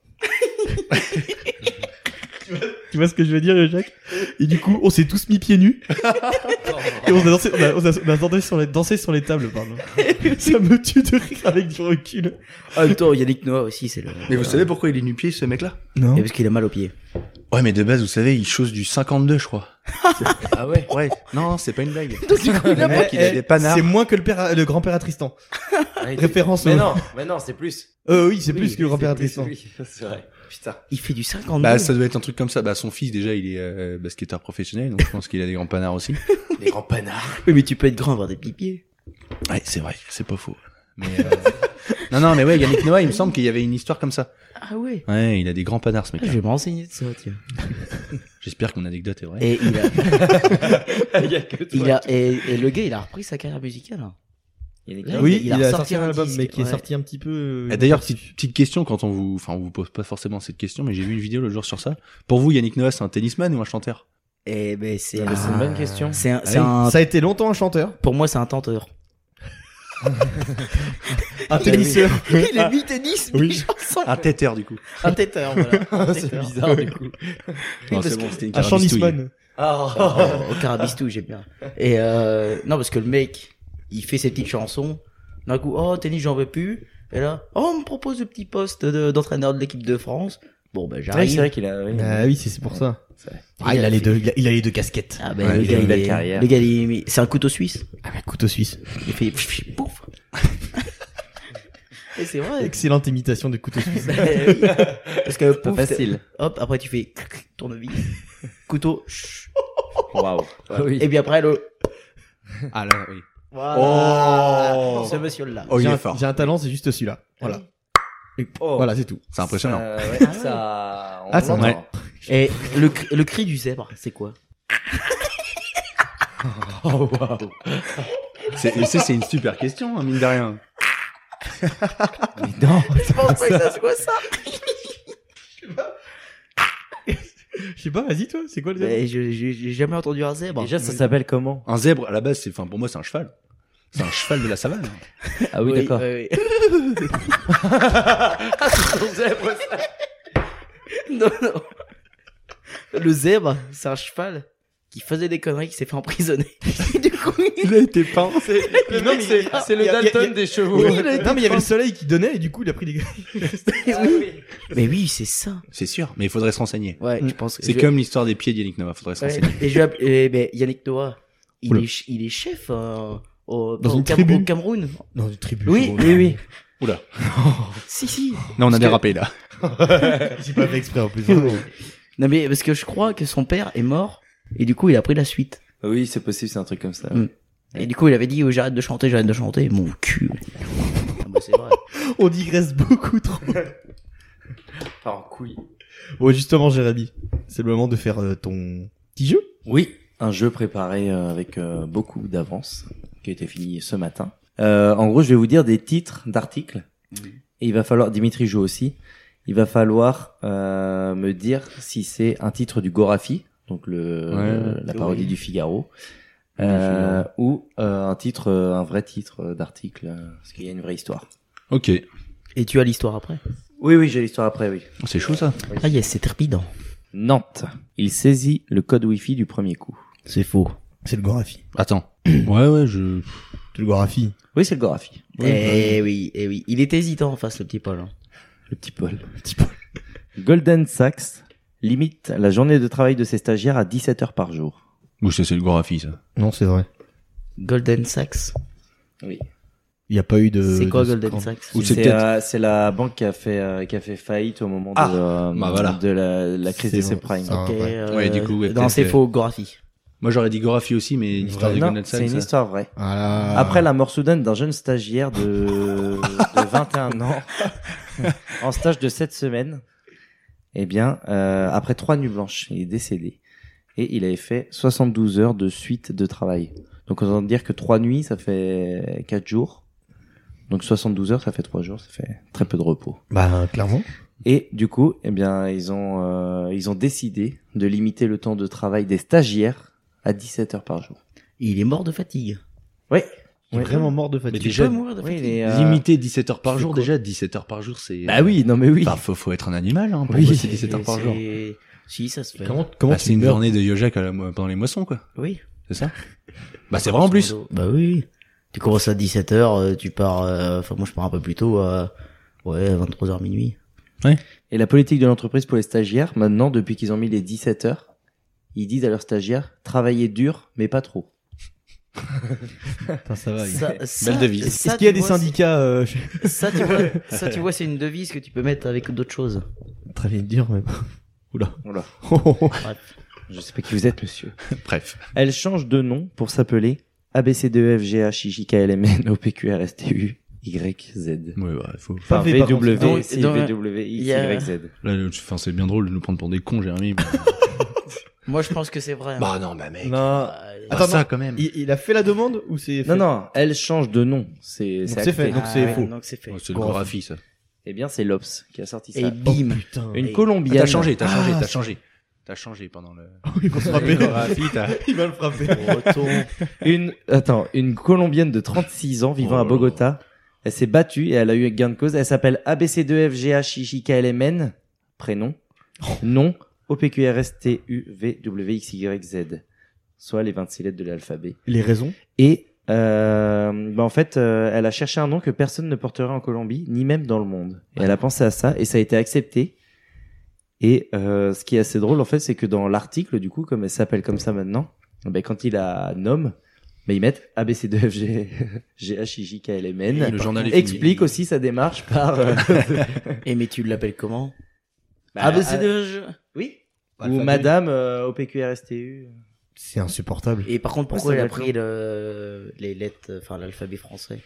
Tu vois ce que je veux dire, Jacques? Et du coup, on s'est tous mis pieds nus. Et on a dansé, dansé sur les tables, pardon. Ça me tue de rire avec du recul. En même temps, Yannick Noah aussi, c'est le. Mais vous savez pourquoi il est nu-pied, ce mec-là? Non. Et parce qu'il a mal aux pieds. Ouais, mais de base, vous savez, il chose du 52, je crois. ah ouais. Ouais. Non, c'est pas une blague. Le mec, il a des panards. C'est moins que le grand-père à Tristan. Référence Mais au... non, c'est plus. Oui, c'est plus que le grand-père à Tristan. Oui, c'est vrai. Putain. Il fait du 52. Bah, ça doit être un truc comme ça. Bah, son fils, déjà, il est basketteur professionnel, donc je pense qu'il a des grands panards aussi. Les grands panards. Oui, mais tu peux être grand, avoir des petits pieds. Ouais, c'est vrai, c'est pas faux. Mais non, mais ouais, Yannick Noah, il me semble qu'il y avait une histoire comme ça. Ah ouais. Ouais, il a des grands panards, ce mec. Je vais me renseigner de ça, tiens. J'espère que mon anecdote est vraie. Et il a, Il y a que toi. il a, et le gars, il a repris sa carrière musicale. Hein. Là, Oui, il a il a ressorti sorti un un album, disque, mais qui est ouais. sorti un petit peu... Et d'ailleurs, petite question, quand on vous pose pas forcément cette question, mais j'ai vu une vidéo l'autre jour sur ça. Pour vous, Yannick Noah, c'est un tennisman ou un chanteur? Et ben, c'est Ah, c'est une bonne question. C'est un, Ah oui, ça a été longtemps un chanteur. pour moi, c'est un tenteur. Un tenniseur. Il est mi-tennis, Oui. mi-chanson. Un têteur, du coup. Un têteur, voilà. Un C'est têteur. bizarre du coup. Non, parce c'est bon, que- c'était une Un carabistouille. chandisman. Oh, carabistou, j'aime bien. Et non, parce que le mec, il fait ses petites chansons. D'un coup, oh, tennis, j'en veux plus. Et là, oh, on me propose le petit poste d'entraîneur de l'équipe de France. Bon, bah, Ouais, j'arrive. c'est vrai qu'il a. Oui. Ah oui, c'est pour ça. C'est vrai. Ah, il a les deux, il a les deux casquettes. Ah, bah, Ouais, le il a gars, une belle il est, carrière. le gars, c'est un couteau suisse. Ah bah, couteau suisse. Il fait, pouf. Et c'est vrai. Excellente imitation de couteau suisse. Bah, oui. Parce que, Pas pouf, facile. hop, après tu fais tournevis, couteau, Waouh. Oui. et puis après le, Ah là, oui. voilà. Oh. Ce monsieur-là. Oh, il J'ai est un- fort. J'ai un talent, c'est juste celui-là. Voilà. Et Oh. Voilà, c'est tout. C'est impressionnant. Ouais, ça. On Ah, ça- l'entend. Ouais. Et le cri du zèbre, c'est quoi? Oh, waouh. C'est une super question, hein, mine de rien. Mais non. Je pense pas que ça soit ça. Je sais pas, vas-y toi, c'est quoi le Mais j'ai jamais entendu un zèbre. Déjà, ça s'appelle comment? Un zèbre, à la base, c'est, enfin, pour moi, c'est un cheval. C'est un cheval de la savane. Ah oui, d'accord. Oui. Non, non. Le zèbre, c'est un cheval qui faisait des conneries, qui s'est fait emprisonner. Et du coup, Il a été peint. Non, mais c'est le y a- Dalton y a- des chevaux. Oui, non, mais il y avait le soleil qui donnait et du coup, il a pris les mais oui, c'est ça. C'est sûr, mais il faudrait se renseigner. Ouais, je pense que C'est comme l'histoire des pieds d'Yannick Noah, faudrait se Ouais. renseigner. Et mais Yannick Noah, Oula. il est chef au Dans une tribu. au Cameroun. Non, du tribu. Oui, oui, oui. Oula. Si, si. Non, on a Parce dérapé, là. J'ai pas fait exprès en plus. Non, mais parce que je crois que son père est mort et du coup, il a pris la suite. Oui, c'est possible, c'est un truc comme ça. Mm. Et du coup, il avait dit j'arrête de chanter, j'arrête de chanter. Mon cul. Ah bah, c'est vrai. On digresse beaucoup trop. Pas en couille. Bon, justement, Jérémy, c'est le moment de faire ton petit jeu. Oui, un jeu préparé avec beaucoup d'avance, qui a été fini ce matin. En gros, je vais vous dire des titres d'articles. Et il va falloir, Dimitri joue aussi, il va falloir me dire si c'est un titre du Gorafi, donc la parodie du Figaro, ou un titre, un vrai titre d'article, parce qu'il y a une vraie histoire. Ok. Et tu as l'histoire après. Oui, oui, j'ai l'histoire après, oui. C'est chaud, ça. Ah yes, c'est trépidant. Nantes. Il saisit le code Wi-Fi du premier coup. C'est faux. C'est le Gorafi. Attends. Ouais, je... C'est le Gorafi. Oui, c'est le Gorafi. Eh oui, eh oui. Il était hésitant en face, le petit Paul. Hein. Le petit Paul. Golden Sachs limite la journée de travail de ses stagiaires à 17 heures par jour. Ou c'est le Gorafi, ça. Non, c'est vrai. Golden Sachs. Oui. Il n'y a pas eu de... C'est quoi de Golden scandale. Sachs? Ou c'est C'est peut-être- c'est la banque qui a fait faillite au moment Ah, de, voilà. de la crise C'est des bon, subprimes. ça. Ok, ouais. Ouais, du coup, ouais, non, peut-être c'est que- faux, Gorafi. Moi, j'aurais dit Gorafi aussi, mais l'histoire de Non, Golden c'est Sachs, une ça- histoire vraie. Voilà. Après la mort soudaine d'un jeune stagiaire de 21 ans en stage de 7 semaines, eh bien, après 3 nuits blanches, il est décédé. Et il avait fait 72 heures de suite de travail. Donc, on va dire que 3 nuits, ça fait 4 jours. Donc, 72 heures, ça fait 3 jours, ça fait très peu de repos. Bah, clairement. Et du coup, eh bien, ils ont décidé de limiter le temps de travail des stagiaires à 17 heures par jour. Il est mort de fatigue. Oui. Il est vraiment mort de fatigue. Mais déjà, peut mourir de Oui, fatigue. il est, Limiter 17 heures par tu jour, fais quoi déjà, 17 heures par jour, c'est... Bah oui, non mais oui. Enfin, faut être un animal, hein, pour Oui. bosser 17 heures par C'est- jour. Si, ça se fait. Comment Bah, tu c'est une meurs journée de Yojak pendant les moissons, quoi. Oui. C'est ça? Bah, c'est vrai en plus. Bah oui. Tu commences à 17h, tu pars, enfin, moi je pars un peu plus tôt, ouais, 23h minuit. Et la politique de l'entreprise pour les stagiaires, maintenant, depuis qu'ils ont mis les 17 heures, ils disent à leurs stagiaires, travaillez dur, mais pas trop. Putain, ça va. Belle devise. Est-ce qu'il y a des syndicats Ça, tu vois, c'est une devise que tu peux mettre avec d'autres choses. Très bien dur, mais... Oula. Voilà. Bref. Je sais pas qui vous êtes, monsieur. Bref. Elle change de nom pour s'appeler ABCDEFGHIJKLMN OPQRSTU YZ. Ouais, ouais, faut... Enfin, Pas fait, par contre. VW, Donc, CVWXYZ. Là, enfin, c'est bien drôle de nous prendre pour des cons, Jérémy. mais- Moi, je pense que c'est vrai. hein. Bah, non, bah, mec. Non. Pas Attends, ça, non. quand même. Il a fait la demande ou c'est fait Non, non, elle change de nom. C'est Donc c'est acté. fait, donc c'est ouais, faux. Donc c'est fait. Ouais, c'est le Gorafi, ça. Eh bien, c'est l'Obs qui a sorti ça. Et bim. Putain. Une Et- Colombienne. T'as changé, t'as changé, Ah, t'as changé. T'as changé pendant le... Il va se frapper. Gorafi, t'as... Il va le frapper. Une Colombienne de 36 ans vivant Oh à là Bogota. Elle s'est battue et elle a eu gain de cause. Elle s'appelle ABCDEFGHIJKLMN. Prénom. Nom. OPQRSTUVWXYZ. Soit les 26 lettres de l'alphabet. Les raisons Et, en fait, elle a cherché un nom que personne ne porterait en Colombie, ni même dans le monde. Et elle a pensé à ça et ça a été accepté. Et ce qui est assez drôle en fait, c'est que dans l'article, du coup, comme elle s'appelle comme ça maintenant, ben quand il la nomme, ben ils mettent A B C D F G G H I J K L M N. Le journal est fini. Explique aussi sa démarche par. Et mais tu l'appelles comment? Bah, Ah bah c'est de... Oui. Ou Alphabet. Madame OPQRSTU. C'est insupportable. Et par contre, Ouais, pourquoi ça il a doit être pris les lettres, enfin l'alphabet français?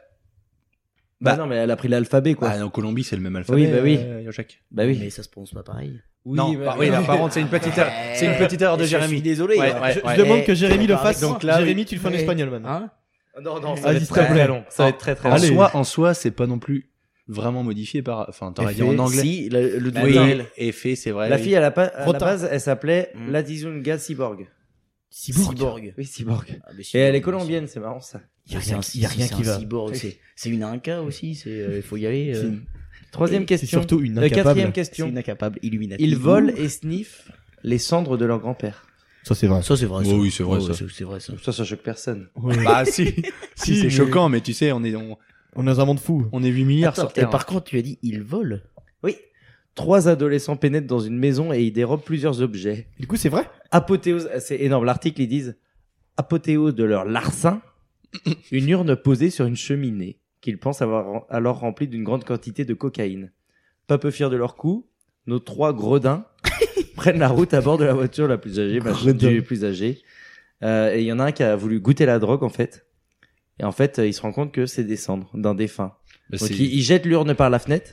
Bah non, mais elle a pris l'alphabet quoi. Bah, en Colombie, c'est le même alphabet. Oui, bah oui. Yoshak. Bah oui. Mais ça se prononce pas pareil. Non, bah, oui, là, par contre, c'est une petite erreur. C'est une petite erreur de Je Jérémy. suis désolé. Ouais, hein. ouais, Je demande que Jérémy le fasse. Donc là, Jérémy, tu le fais en espagnol maintenant. Hein? Non, non, Vas-y, ça va être s'il te très plaît. très long. Ça va être très très long. Allez. En soi, c'est pas non plus vraiment modifié par, enfin, t'aurais dit Effet, en anglais. Si, le Oui, duel. effet, c'est vrai. La oui. fille, à la Rota. base, elle s'appelait Mm. Ladizunga Cyborg. Cyborg. Oui, Cyborg. Ah, mais Et cyborg, elle est colombienne, c'est marrant ça. Il y a C'est rien, un, il y a rien c'est qui un va. cyborg, c'est une inca aussi, il faut y aller. Troisième C'est question. surtout une Quatrième incapable. C'est question. une incapable Illuminati. Ils volent et sniffent les cendres de leur grand-père. Ça, c'est vrai. Ça c'est vrai. Oh ça. oui, c'est vrai, ça. C'est vrai ça. Ça choque personne. Bah, si. Si, c'est mais- choquant, mais tu sais, on est On est un monde fou. 8 milliards Attends, sur et Terre. par contre, tu as dit ils volent. Oui. 3 adolescents pénètrent dans une maison et y dérobent plusieurs objets. Du coup, c'est vrai? Apothéose, c'est énorme. L'article, ils disent apothéose de leur larcin, une urne posée sur une cheminée qu'ils pensent avoir alors remplie d'une grande quantité de cocaïne. Pas peu fiers de leur coup, nos 3 gredins prennent la route à bord de la voiture la plus âgée, du plus âgé. Et il y en a un qui a voulu goûter la drogue en fait. Et en fait, il se rend compte que c'est des cendres d'un défunt. Bah, Donc c'est- ils jettent l'urne par la fenêtre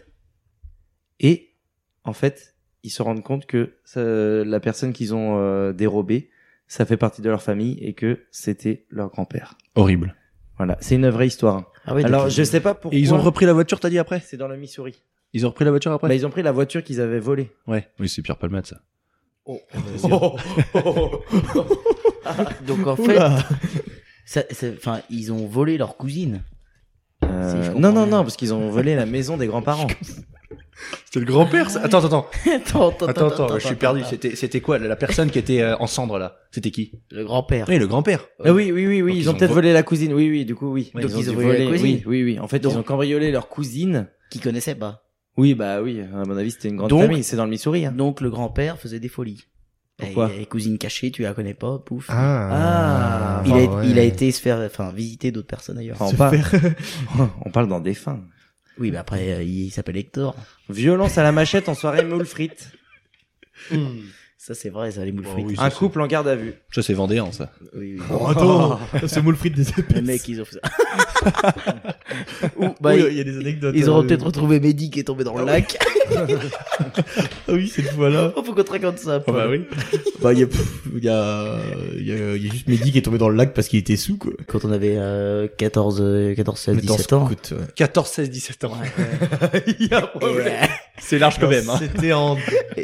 et en fait ils se rendent compte que la personne qu'ils ont dérobée, ça fait partie de leur famille et que c'était leur grand-père. Horrible. Voilà, c'est une vraie histoire. Ah ouais, Alors donc, je sais pas pourquoi. Et ils ont repris la voiture, t'as dit après? C'est dans le Missouri. Ils ont repris la voiture après? Bah ils ont pris la voiture qu'ils avaient volée. Ouais. Oui, c'est Pierre Palmade, ça. donc en fait, Oula. enfin, ils ont volé leur cousine. Si, je comprends non non bien. non parce qu'ils ont volé la maison des grands-parents. C'était le grand-père, ça? Attends, Attends, je suis perdu. C'était quoi, la personne qui était en cendre, là? C'était qui? Le grand-père. Oui, le grand-père. Ah oui Donc, ils ont ils ont peut-être volé la cousine. Oui, du coup oui. Donc, ils ont volé la volé. cousine. Oui. En fait Donc- ils ont cambriolé leur cousine. Qui connaissait pas. Oui bah oui. À mon avis c'était une grande Donc- famille. C'est dans le Missouri. Hein. Donc le grand-père faisait des folies. Pourquoi Et cousine cachée, tu la connais pas, pouf. Ah. il, a, ouais. il a été se faire, enfin, visiter d'autres personnes ailleurs. Enfin, Se on, parle, faire- on parle dans des fins. Oui, mais après, il s'appelle Hector. Violence à la machette en soirée moule frites. Ça, c'est vrai, ça, les moules Oh, frites. oui, Un ça, couple en garde à vue. Ça, c'est vendéen, ça. Oui, oui. Oh, attends, c'est moule frite des Les épices. mecs, ils ont fait ça. Ou, bah, Oui, ils, il y a des anecdotes. ils auront peut-être retrouvé Mehdi qui est tombé dans le lac. Ah oui, cette fois-là. Oh, faut qu'on te raconte ça. Oh, bah oui. Bah, il y a juste Mehdi qui est tombé dans le lac parce qu'il était sous, quoi. Quand on avait 14, 16, 17 ans. Écoute, ouais. 14, 16, 17 ans. Il y a un Et, problème. C'est large quand même, hein. C'était en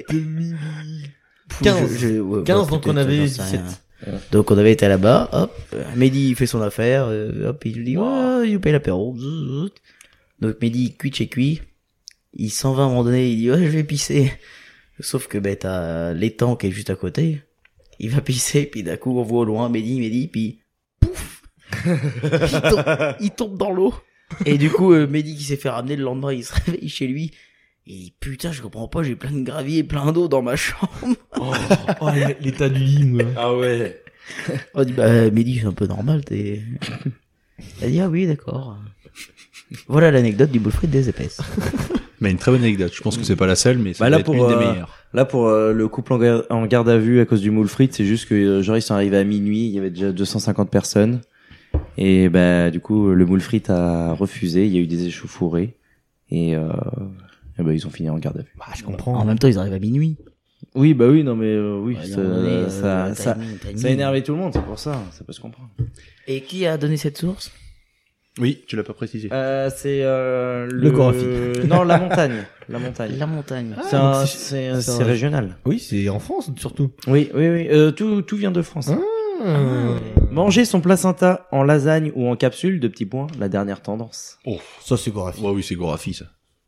2015. ouais, 15, bah, donc on peut-être, avait j'en sais 17. rien. Donc on avait été là-bas, hop, Mehdi il fait son affaire, hop, il nous dit, ouais, il nous paye l'apéro. Donc Mehdi, cuit chez cuit, il s'en va à un moment donné, il dit, ouais, je vais pisser. Sauf que, ben, t'as l'étang qui est juste à côté, il va pisser, puis d'un coup on voit au loin Mehdi, puis pouf, il tombe dans l'eau. Et du coup, Mehdi qui s'est fait ramener le lendemain, il se réveille chez lui. Il dit, putain, je comprends pas, j'ai plein de gravier et plein d'eau dans ma chambre. Oh, l'état du lit, moi. Ah ouais. On dit, bah, Mehdi, c'est un peu normal, t'es... Elle dit, ah oui, d'accord. Voilà l'anecdote du boule-frite des épaisses. Mais une très bonne anecdote. Je pense que c'est pas la seule, mais ça Bah, va là, être pour, une des euh, meilleures. Là pour le couple en garde à vue à cause du moule frite, c'est juste que genre ils sont arrivés à minuit, il y avait déjà 250 personnes et bah du coup le moule frite a refusé, il y a eu des échauffourées et bah, ils ont fini en garde à vue. Bah, je En comprends. même temps, ils arrivent à minuit. Oui bah oui non mais oui Ouais, à un moment donné, ça timing. a énervé tout le monde, c'est pour ça, ça peut se comprendre. Et qui a donné cette source? Oui, tu l'as pas précisé. C'est Le Gorafi. Non la montagne, la montagne. La montagne. C'est donc un- c'est c'est un- régional. Oui, c'est en France, surtout. Oui tout vient de France. Ah. Manger son placenta en lasagne ou en capsule, de petits points, la dernière tendance. Oh, Ça, c'est Gorafi. ouais, oui, c'est Gorafi, ça.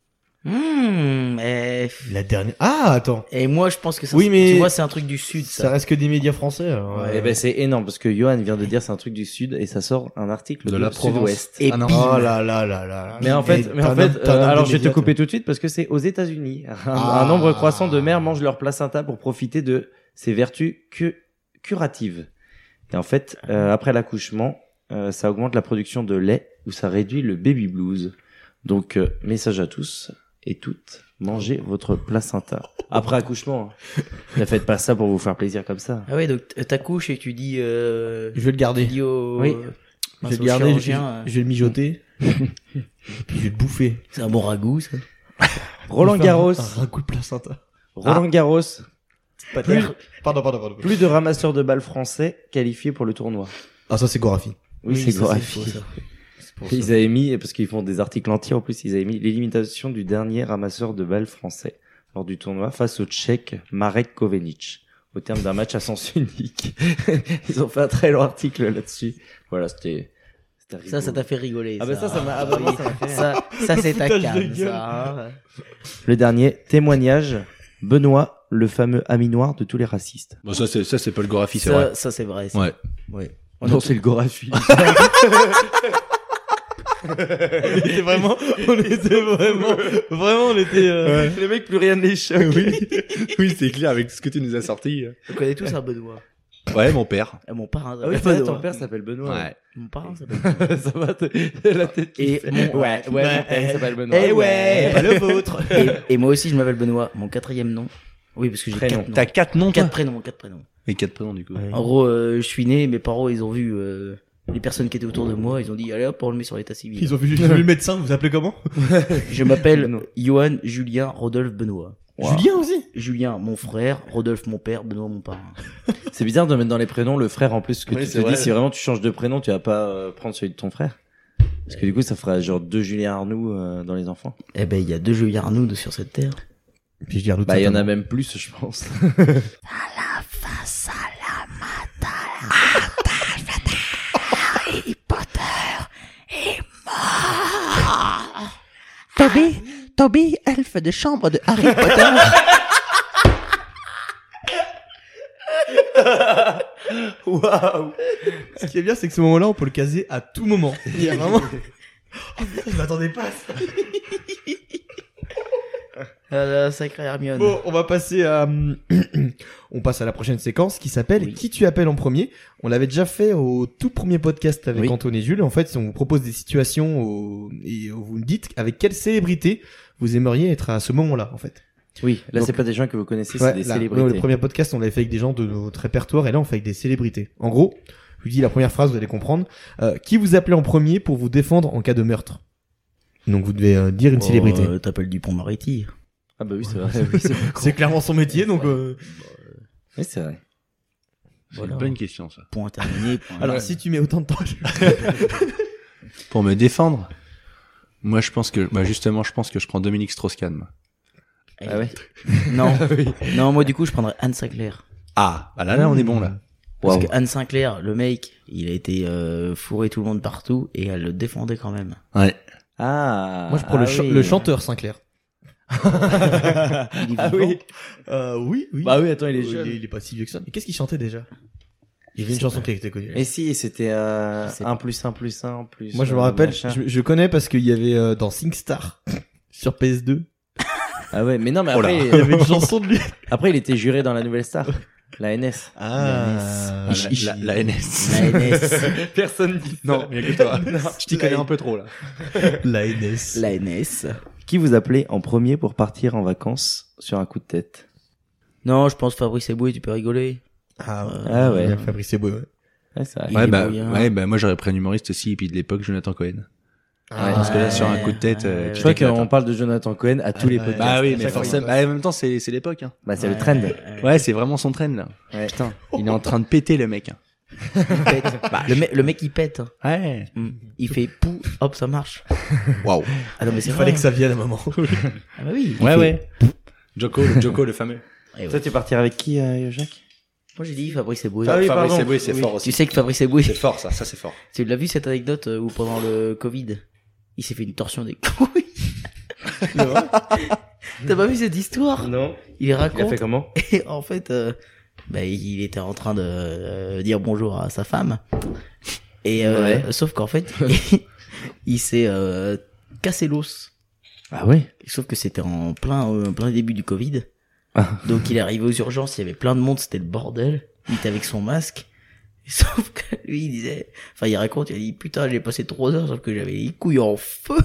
La dernière. Ah, attends. Et moi, je pense que ça, Oui, mais- tu vois, c'est un truc du sud, Ça ça. reste que des médias français. Alors, Eh ben c'est énorme parce que Johan vient de dire c'est un truc du sud et ça sort un article de De la Sud-Ouest. Et Ah non. Oh là là là là. Mais en fait, t'as un homme- t'as un homme alors de je vais te médias, couper toi. tout de suite parce que c'est aux États-Unis. Un Ah. nombre croissant de mères mangent leur placenta pour profiter de ses vertus curatives. Et en fait, après l'accouchement, ça augmente la production de lait ou ça réduit le baby blues. Donc, message à tous et toutes, mangez votre placenta. Après accouchement, hein. Ne faites pas ça pour vous faire plaisir comme ça. Ah ouais, donc t'accouches et tu dis, Je vais le garder. tu dis au, Oui. Je vais au le garder. chirurgien, Je vais le mijoter. Et puis je vais le bouffer. c'est un bon ragoût, ça. Roland Garros, Un ragoût de placenta. Roland Garros, plus, Pardon. plus de ramasseurs de balles français qualifiés pour le tournoi. Ah, ça c'est Gorafi. Oui, c'est ça, Gorafi. faux, ça. Ils avaient mis, parce qu'ils font des articles entiers en plus, ils avaient mis l'élimination du dernier ramasseur de balles français lors du tournoi face au Tchèque Marek Kovenic au terme d'un match à sens unique. Ils ont fait un très long article là-dessus. Voilà, c'était rigolo. Ça t'a fait rigoler. Ah bah ça m'a, ah bah moi, ça m'a fait rire. Ça c'est ta foutage de cam, gueule. ça. hein. Le dernier témoignage, Benoît, le fameux ami noir de tous les racistes. Bon, ça c'est pas le Gorafi, c'est vrai. Ça c'est vrai. ça. Ouais. Ouais. Non, c'est le Gorafi. On était vraiment, on était. Les mecs, plus rien ne les choque. Oui, c'est clair avec tout ce que tu nous as sorti. On connaît tous un Benoît. Ouais, mon père. Mon parrain Ah oui, s'appelle ton Benoît. père s'appelle Benoît. Ouais. Mon parrain s'appelle Benoît. Ça va, la tête qui Et fait. mon- Ouais, mon père s'appelle Benoît. Eh ouais. Pas le vôtre. Et moi aussi je m'appelle Benoît. Mon 4e nom. Oui, parce que j'ai Prénom. 4 noms. T'as 4 noms, toi? 4 prénoms, 4 prénoms. Et 4 prénoms, du coup. Ouais. En gros, je suis né, mes parents, ils ont vu les personnes qui étaient autour de moi, ils ont dit allez hop, on le met sur l'état civil. Ils ont vu le médecin. Vous appelez comment? Je m'appelle Johan Julien Rodolphe Benoît. Julien aussi. Julien, mon frère, Rodolphe, mon père, Benoît, mon parrain. C'est bizarre de mettre dans les prénoms le frère en plus que Oui, tu c'est te vrai. dis si vraiment tu changes de prénom, tu vas pas prendre celui de ton frère. Parce que du coup, ça fera genre 2 Julien Arnoux dans les enfants. Eh ben, il y a 2 Julien Arnoux sur cette terre. Puis je dis Arnaud. Bah, il y en a même plus, je pense. Toby, elfe de chambre de Harry Potter. Waouh! Ce qui est bien, c'est que ce moment-là, on peut le caser à tout moment. Il y a vraiment. Oh putain, je m'attendais pas à ça. La sacrée Hermione. Bon, on va passer à, on passe à la prochaine séquence qui s'appelle Oui. Qui tu appelles en premier. On l'avait déjà fait au tout premier podcast avec Oui. Antoine et Jules. En fait, on vous propose des situations et vous nous dites avec quelle célébrité vous aimeriez être à ce moment-là, en fait. Oui, là, Donc- c'est pas des gens que vous connaissez, Ouais, c'est des là, célébrités. le premier podcast, on l'avait fait avec des gens de notre répertoire et là, on fait avec des célébrités. En gros, je vous dis la première phrase, vous allez comprendre. Qui vous appelez en premier pour vous défendre en cas de meurtre? Donc, vous devez dire une célébrité. T'appelles Dupont-Moretti. Ah bah oui, c'est vrai. Oui, c'est C'est clairement son métier, donc. Oui, c'est vrai. C'est Voilà. une bonne question, ça. Point terminé. Point Alors, si tu mets autant de temps, Pour me défendre, moi, je pense que, bah, justement, je pense que je prends Dominique Strauss-Kahn, moi. Ah ouais? Non. Non, moi, du coup, je prendrais Anne Sinclair. Ah, bah là, on est bon, là. Parce Waouh. que Anne Sinclair, le mec, il a été fourré tout le monde partout et elle le défendait quand même. Ouais. Ah. moi, je prends oui. le chanteur Sinclair. Il est Ah vivant. Oui, oui. Bah oui, attends, il est jeune. Il est pas si vieux que ça. Mais qu'est-ce qu'il chantait déjà? J'ai vu une chanson qui était connue. Et si, c'était C'est 1 plus 1 plus 1 plus. Moi, je me rappelle, machin. je connais parce qu'il y avait dans SingStar sur PS2, Ah ouais, mais non, mais Oh là. après, il y avait une chanson de lui. après, il était juré dans la Nouvelle Star. La NS. Ah, La NS. La NS. Personne dit Non, mais que toi. Je t'y connais un peu trop, là. la NS. La NS. Qui vous appelez en premier pour partir en vacances sur un coup de tête? Non, je pense Fabrice Eboué, tu peux rigoler. Ah, Ah ouais. Bien, Fabrice Eboué, ouais. Ouais, c'est vrai. Il Ouais, est bah, moyen. ouais, bah, moi, j'aurais pris un humoriste aussi, et puis de l'époque, Jonathan Cohen. Ah, Parce que là, sur un coup de tête, ouais, Je tu crois t'éclates, qu'on hein. parle de Jonathan Cohen à tous les ouais. podcasts. Bah oui, À mais chaque fois, forcément. Bah, en même temps, c'est l'époque, hein. Bah, c'est le trend. Ouais, c'est vraiment son trend, là. Ouais. Putain, il est en train de péter, le mec. hein. Il pète. Le mec, il pète. hein. Ouais. Il fait pou, hop, ça marche. Waouh. Ah non, mais c'est Il vrai. fallait que ça vienne à un moment. Ah bah oui. il Ouais, fait- ouais. Joko, le fameux. Eh ouais. Toi, tu partirais avec qui, Jacques? Moi, j'ai dit Fabrice Eboué. Ah oui, Fabrice pardon. Eboué, c'est Oui. fort aussi. Tu sais que Fabrice Eboué, C'est fort, ça c'est fort. tu l'as vu cette anecdote où pendant le Covid, il s'est fait une torsion des couilles. T'as pas vu cette histoire? Non. Il Il a raconte. fait comment? Et en fait, il était en train de dire bonjour à sa femme. Et Ouais. sauf qu'en fait, il s'est cassé l'os. Ah ouais. Sauf que c'était en plein début du Covid. Ah. Donc il est arrivé aux urgences, il y avait plein de monde, c'était le bordel. Il était avec son masque. Et sauf que lui, il disait, enfin, il raconte, il a dit, putain, j'ai passé 3 heures, sauf que j'avais les couilles en feu.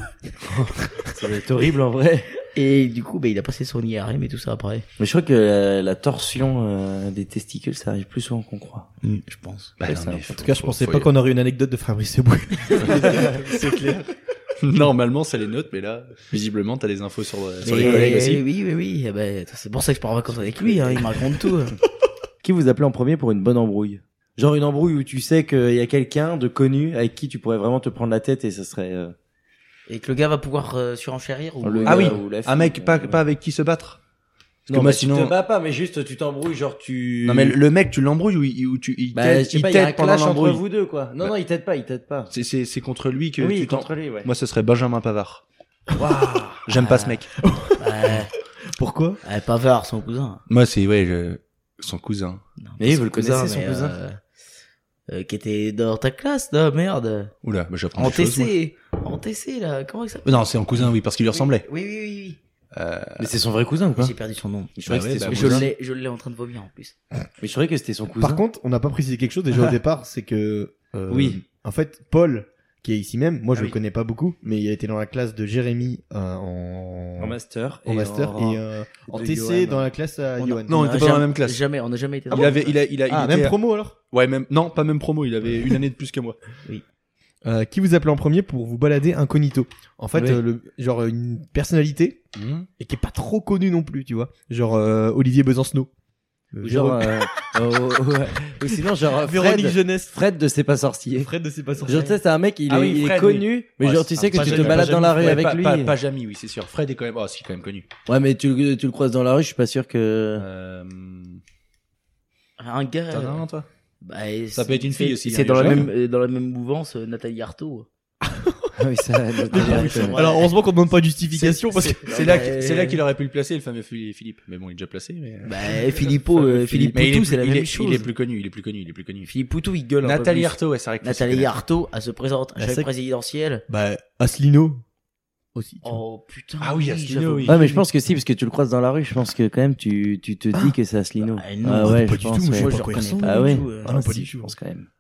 Ça doit être horrible en vrai. Et du coup, il a passé son IRM et tout ça après. Mais je crois que la torsion des testicules, ça arrive plus souvent qu'on croit. Je pense. Bah, Ouais, non, ça. mais En tout cas, je pensais pas qu'on aurait une anecdote de Fabrice Eboué. C'est clair. Normalement, ça les note, mais là, visiblement, t'as des infos sur les Mais, collègues aussi. Oui. Eh ben, c'est pour ça que je pars en vacances avec lui, hein, il me raconte tout. Qui vous appelez en premier pour une bonne embrouille? Genre une embrouille où tu sais qu'il y a quelqu'un de connu avec qui tu pourrais vraiment te prendre la tête et ça serait Et que le gars va pouvoir surenchérir ou... le Ah gars oui, ou la fille. un mec pas avec qui se battre. Parce Non, que moi, mais sinon. tu te bats pas, mais juste tu t'embrouilles, genre tu. Non mais le mec, tu l'embrouilles ou il bah, t'aide, je sais pas, il y a un pendant clash entre l'embrouille. vous deux quoi. Non, Bah. non, il t'aide pas. C'est contre lui que Oui, tu t'en. contre lui, ouais. Moi, ce serait Benjamin Pavard. Waouh. J'aime pas ce mec. Pourquoi? Pavard, son cousin. Moi, c'est son cousin. Non, Mais pas vous le connaissez, cousin, son mais, cousin qui était dans ta classe, là, merde. Oula, bah, j'apprends En des choses, moi. TC. En TC, là, comment il s'appelle? Non, c'est en cousin, oui, parce qu'il lui ressemblait. Oui. Mais c'est son vrai cousin ou quoi? J'ai perdu son nom. Je croyais Bah que c'était ouais, son bah, cousin. Je l'ai en train de vomir en plus. Mais je croyais que c'était son cousin. Par contre, on n'a pas précisé quelque chose déjà au départ, c'est que Oui. en fait, Paul, qui est ici même, moi je Ah le oui. connais pas beaucoup, mais il a été dans la classe de Jérémy en en master. en master et en de TC Johan. dans la classe à On a- Johan. Non, on était pas dans la même classe. Jamais, on n'a jamais été dans Il avait, il Ah, était- même promo alors. Ouais, non, pas même promo, il avait une année de plus que moi. Qui vous appelez en premier pour vous balader incognito? En fait, Oui. genre une personnalité et qui est pas trop connue non plus, tu vois. Genre Olivier Besancenot. Genre, ou sinon, genre, Véronique Fred, Jeunesse. Fred de C'est pas sorcier. Fred de C'est pas sorcier. Genre, tu sais, c'est un mec, il Ah est, oui, il est Fred, connu, mais Ouais, genre, tu c'est sais que pas tu te Jamie, balades pas dans la Jamie, rue ouais, avec pas, lui. Pas Jamie, oui, c'est sûr. Fred est quand même, oh, si, quand même connu. Ouais, mais tu le croises dans la rue, je suis pas sûr que... Un gars. T'en as un, toi? Ça peut être une fille aussi, C'est hein, dans, il y a dans la même mouvance, Nathalie Arthaud. Ah oui, ça, c'est vrai. Alors heureusement qu'on demande pas de justification parce que C'est là qu'il aurait pu le placer, le fameux Philippe. Mais bon, il est déjà placé, mais. Philippe Mais Poutou, c'est la même il chose. est plus connu. Philippe Poutou, il gueule un peu Nathalie plus. Arthaud, ouais, c'est vrai que Nathalie Arthaud, elle se présente à Bah, chaque c'est- présidentielle. bah Asselineau aussi. tu vois. Oh putain. Ah oui, Asselineau, j'avais oui. oublié. Ouais, mais je pense que si, parce que tu le croises dans la rue, je pense que quand même, tu te dis que c'est Asselineau. Ah, non, Ah ouais, pas je du pense, tout, ouais. je Moi, sais je pas quoi il reconnais ressemble. pas Ah du ouais. tout. Ah non, pas si, du je tout. pense quand même.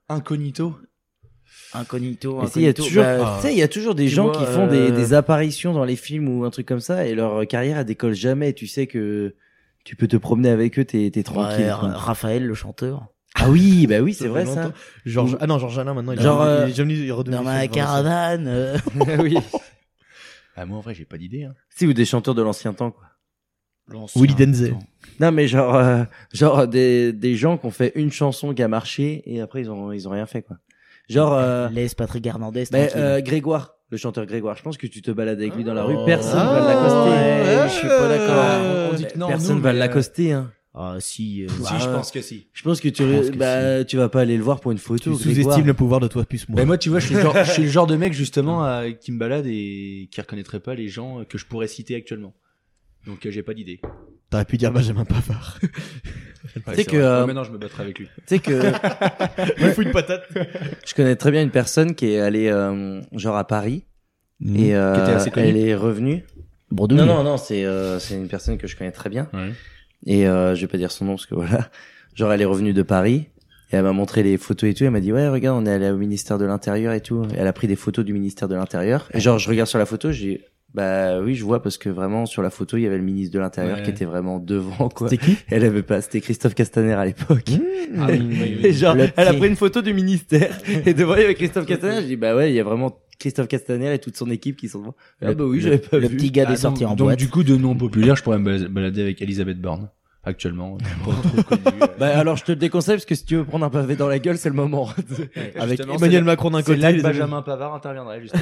Incognito, Mais tu sais, il y a toujours, Ah. tu sais, il y a toujours des Tu gens vois, qui font des apparitions dans les films ou un truc comme ça et leur carrière elle décolle jamais. Tu sais que tu peux te promener avec eux, t'es tranquille. Ouais, quoi. Raphaël, le chanteur. Ah oui, bah oui, c'est Ça vrai fait ça. longtemps. Georges Alain maintenant il Genre, il est devenu il est redevenu Dans sur ma le caravane. oui. Ah, moi, en vrai, j'ai pas d'idée, hein. Si, ou des chanteurs de l'ancien temps, quoi. Willy Denzel. Non, mais genre des gens qui ont fait une chanson qui a marché et après ils ont rien fait, quoi. Genre, Laisse Patrick Hernandez mais, tranquille. Grégoire, le chanteur Grégoire, je pense que tu te balades avec lui dans la rue, Oh. personne Ah, va l'accoster. ouais, je suis pas d'accord. On dit que non, Personne nous, va mais, l'accoster, hein. Ah si. Si, je pense que si. Je pense que pense que tu vas pas aller le voir pour une Tu photo. sous-estimes Grégoire. le pouvoir de toi plus moi. Mais moi, tu vois, je suis le genre de mec, justement, qui me balade et qui reconnaîtrait pas les gens que je pourrais citer actuellement. Donc, j'ai pas d'idée. T'aurais pu dire Benjamin Pavard. Ouais, sais c'est que, vrai. Ouais, maintenant, je me battrai avec lui. Tu sais que Il faut une patate. je connais très bien une personne qui est allée genre à Paris et Qui était assez connue. elle est revenue. Bredouille. Non, c'est une personne que je connais très bien Ouais. et je vais pas dire son nom parce que voilà. Genre elle est revenue de Paris et elle m'a montré les photos et tout. Elle m'a dit ouais regarde on est allé au ministère de l'Intérieur et tout. Et elle a pris des photos du ministère de l'Intérieur et genre je regarde sur la photo j'ai dit bah oui je vois parce que vraiment sur la photo il y avait le ministre de l'Intérieur Ouais. qui était vraiment devant quoi. C'était qui? Elle avait pas, c'était Christophe Castaner à l'époque. Ah oui, oui, oui. Et genre, Le elle a petit. pris une photo du ministère. Et devant, il y avait Christophe Castaner. Je dis, bah ouais, il y a vraiment Christophe Castaner et toute son équipe qui sont devant. Ah bah oui, j'avais pas Le vu. petit gars Ah, des sorties en donc, boîte. du coup, de nom populaire, je pourrais me balader avec Elisabeth Borne. Actuellement. Pas trop connu. Bah alors, je te le déconseille parce que si tu veux prendre un pavé dans la gueule, c'est le moment. Avec Justement, Emmanuel c'est- Macron d'un C'est côté. là que les amis. Benjamin Pavard interviendrait, justement.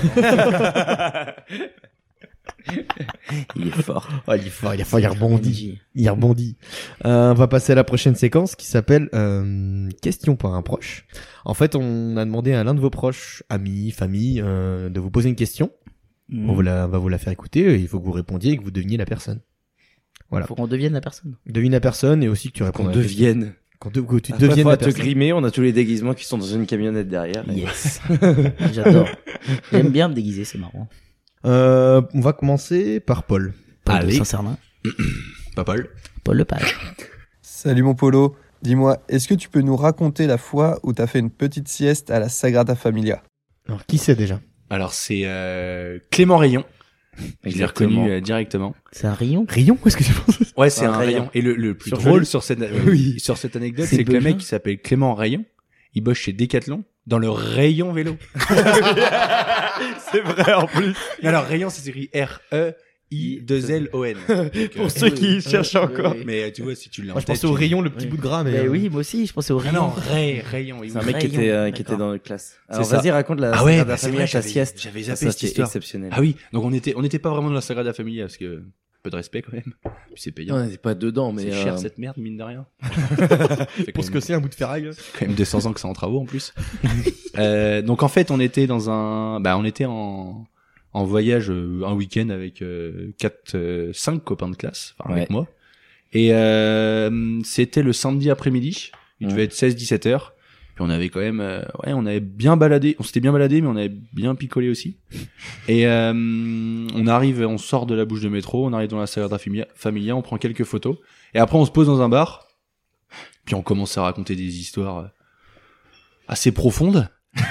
Il est fort. Oh, il est fort, il rebondit. Il rebondit. On va passer à la prochaine séquence qui s'appelle question par un proche. En fait, on a demandé à l'un de vos proches, amis, famille, de vous poser une question. On va vous la faire écouter. Il faut que vous répondiez et que vous deviniez la personne. Voilà. Faut qu'on devienne la personne. Devine la personne et aussi que tu réponds. Qu'on à la question. devienne. Que tu Après, deviennes faut la te personne. grimer, on a tous les déguisements qui sont dans une camionnette derrière. Yes. J'adore. J'aime bien me déguiser, c'est marrant. On va commencer par Paul. Paul de Allez. Saint-Cernin. Pas Paul. Paul Lepage. Salut mon Polo, dis-moi, est-ce que tu peux nous raconter la fois où t'as fait une petite sieste à la Sagrada Familia? Alors, qui c'est déjà? Alors c'est Clément Rayon. Je l'ai Exactement. reconnu directement. C'est un rayon? Rayon? Où est-ce que tu penses? Ouais, c'est Un un rayon. rayon. Et le plus Surgelé. drôle sur cette anecdote, C'est c'est que le Belgian. mec qui s'appelle Clément Rayon, il bosse chez Decathlon dans le rayon vélo. C'est vrai, en plus. Mais alors rayon, c'est écrit R-E-I-2-L-O-N. Pour ceux qui cherchent encore. Oui. Mais tu vois, si tu l'as Moi, en je tête, pensais au tu- rayon, le petit bout de gras, mais. Mais oui, moi aussi, je pensais au Ah rayon. non, rayon. C'est un mec qui Rayon, était, qui d'accord. était dans notre classe. C'est Alors ça. vas-y, raconte la Ah ouais, Sagrada bah, c'est Familia, vrai, ta j'avais- sieste. j'avais Ça, zappé cette c'était histoire. exceptionnel. Ah oui, donc on était pas vraiment dans la Sagrada Familia parce que peu de respect quand même. Puis c'est payant. On n'était pas dedans, mais C'est cher cette merde mine de rien. Pour ce que c'est un bout de ferraille. Quand même 200 ans que c'est en travaux en plus. Donc en fait on était on était en voyage un week-end avec 5 copains de classe, enfin, avec Ouais. moi. Et c'était le samedi après-midi. Il devait être 16-17 heures. Puis on avait quand même, on avait bien baladé. On s'était bien baladé, mais on avait bien picolé aussi. Et on sort de la bouche de métro, on arrive dans la Sagrada Familia, on prend quelques photos. Et après on se pose dans un bar. Puis on commence à raconter des histoires assez profondes.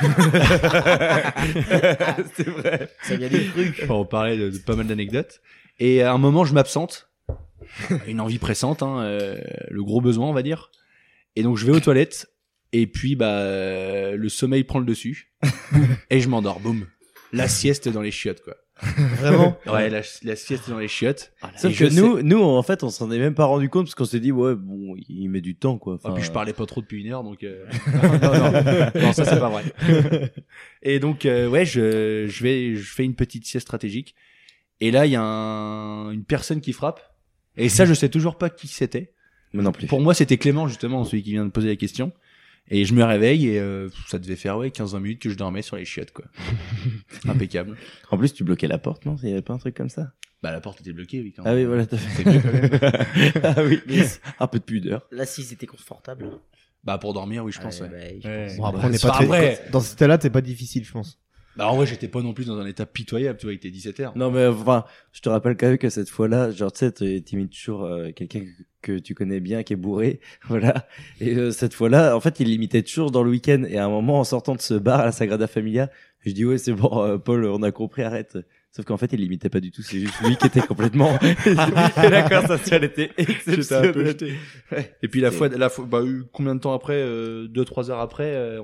c'est vrai. Ça vient des trucs. Enfin, on parlait de pas mal d'anecdotes. Et à un moment, je m'absente. Une envie pressante, le gros besoin, on va dire. Et donc, je vais aux toilettes. Et puis, le sommeil prend le dessus. Et je m'endors, boum. La sieste dans les chiottes, quoi. Vraiment? Ouais, la sieste dans les chiottes. Sauf Et que je nous, en fait, on s'en est même pas rendu compte parce qu'on s'est dit, ouais, bon, il met du temps, quoi. Ah, Enfin, puis je parlais pas trop depuis une heure, donc non, ça c'est pas vrai. Et donc je fais une petite sieste stratégique. Et là il y a une personne qui frappe. Et ça je sais toujours pas qui c'était. Mais non plus. Pour moi c'était Clément justement, celui qui vient de poser la question. Et je me réveille et ça devait faire 15-20 minutes que je dormais sur les chiottes quoi. Impeccable. En plus, tu bloquais la porte, non? Il y avait pas un truc comme ça? Bah la porte était bloquée oui quand Ah même. oui, voilà, t'as fait. C'est mieux quand même. Ah oui. Un peu de pudeur. L'assise était confortable. Bah pour dormir oui je pense ouais. Bon, après, on n'est C'est pas pas très. vrai. Dans cet état-là, c'est pas difficile, je pense. Bah en vrai j'étais pas non plus dans un état pitoyable tu vois, il était 17h. Non, mais enfin, je te rappelle quand même que cette fois-là, genre, tu sais, t'imites toujours quelqu'un que tu connais bien, qui est bourré, voilà. Et cette fois-là, en fait, il l'imitait toujours dans le week-end. Et à un moment, en sortant de ce bar à la Sagrada Familia, je dis, ouais, c'est bon, Paul, on a compris, arrête. Sauf qu'en fait, il l'imitait pas du tout, c'est juste lui qui était complètement... Et la conversation, elle était exceptionnelle. Ouais. Et puis la fois, combien de temps après, 2-3 heures après,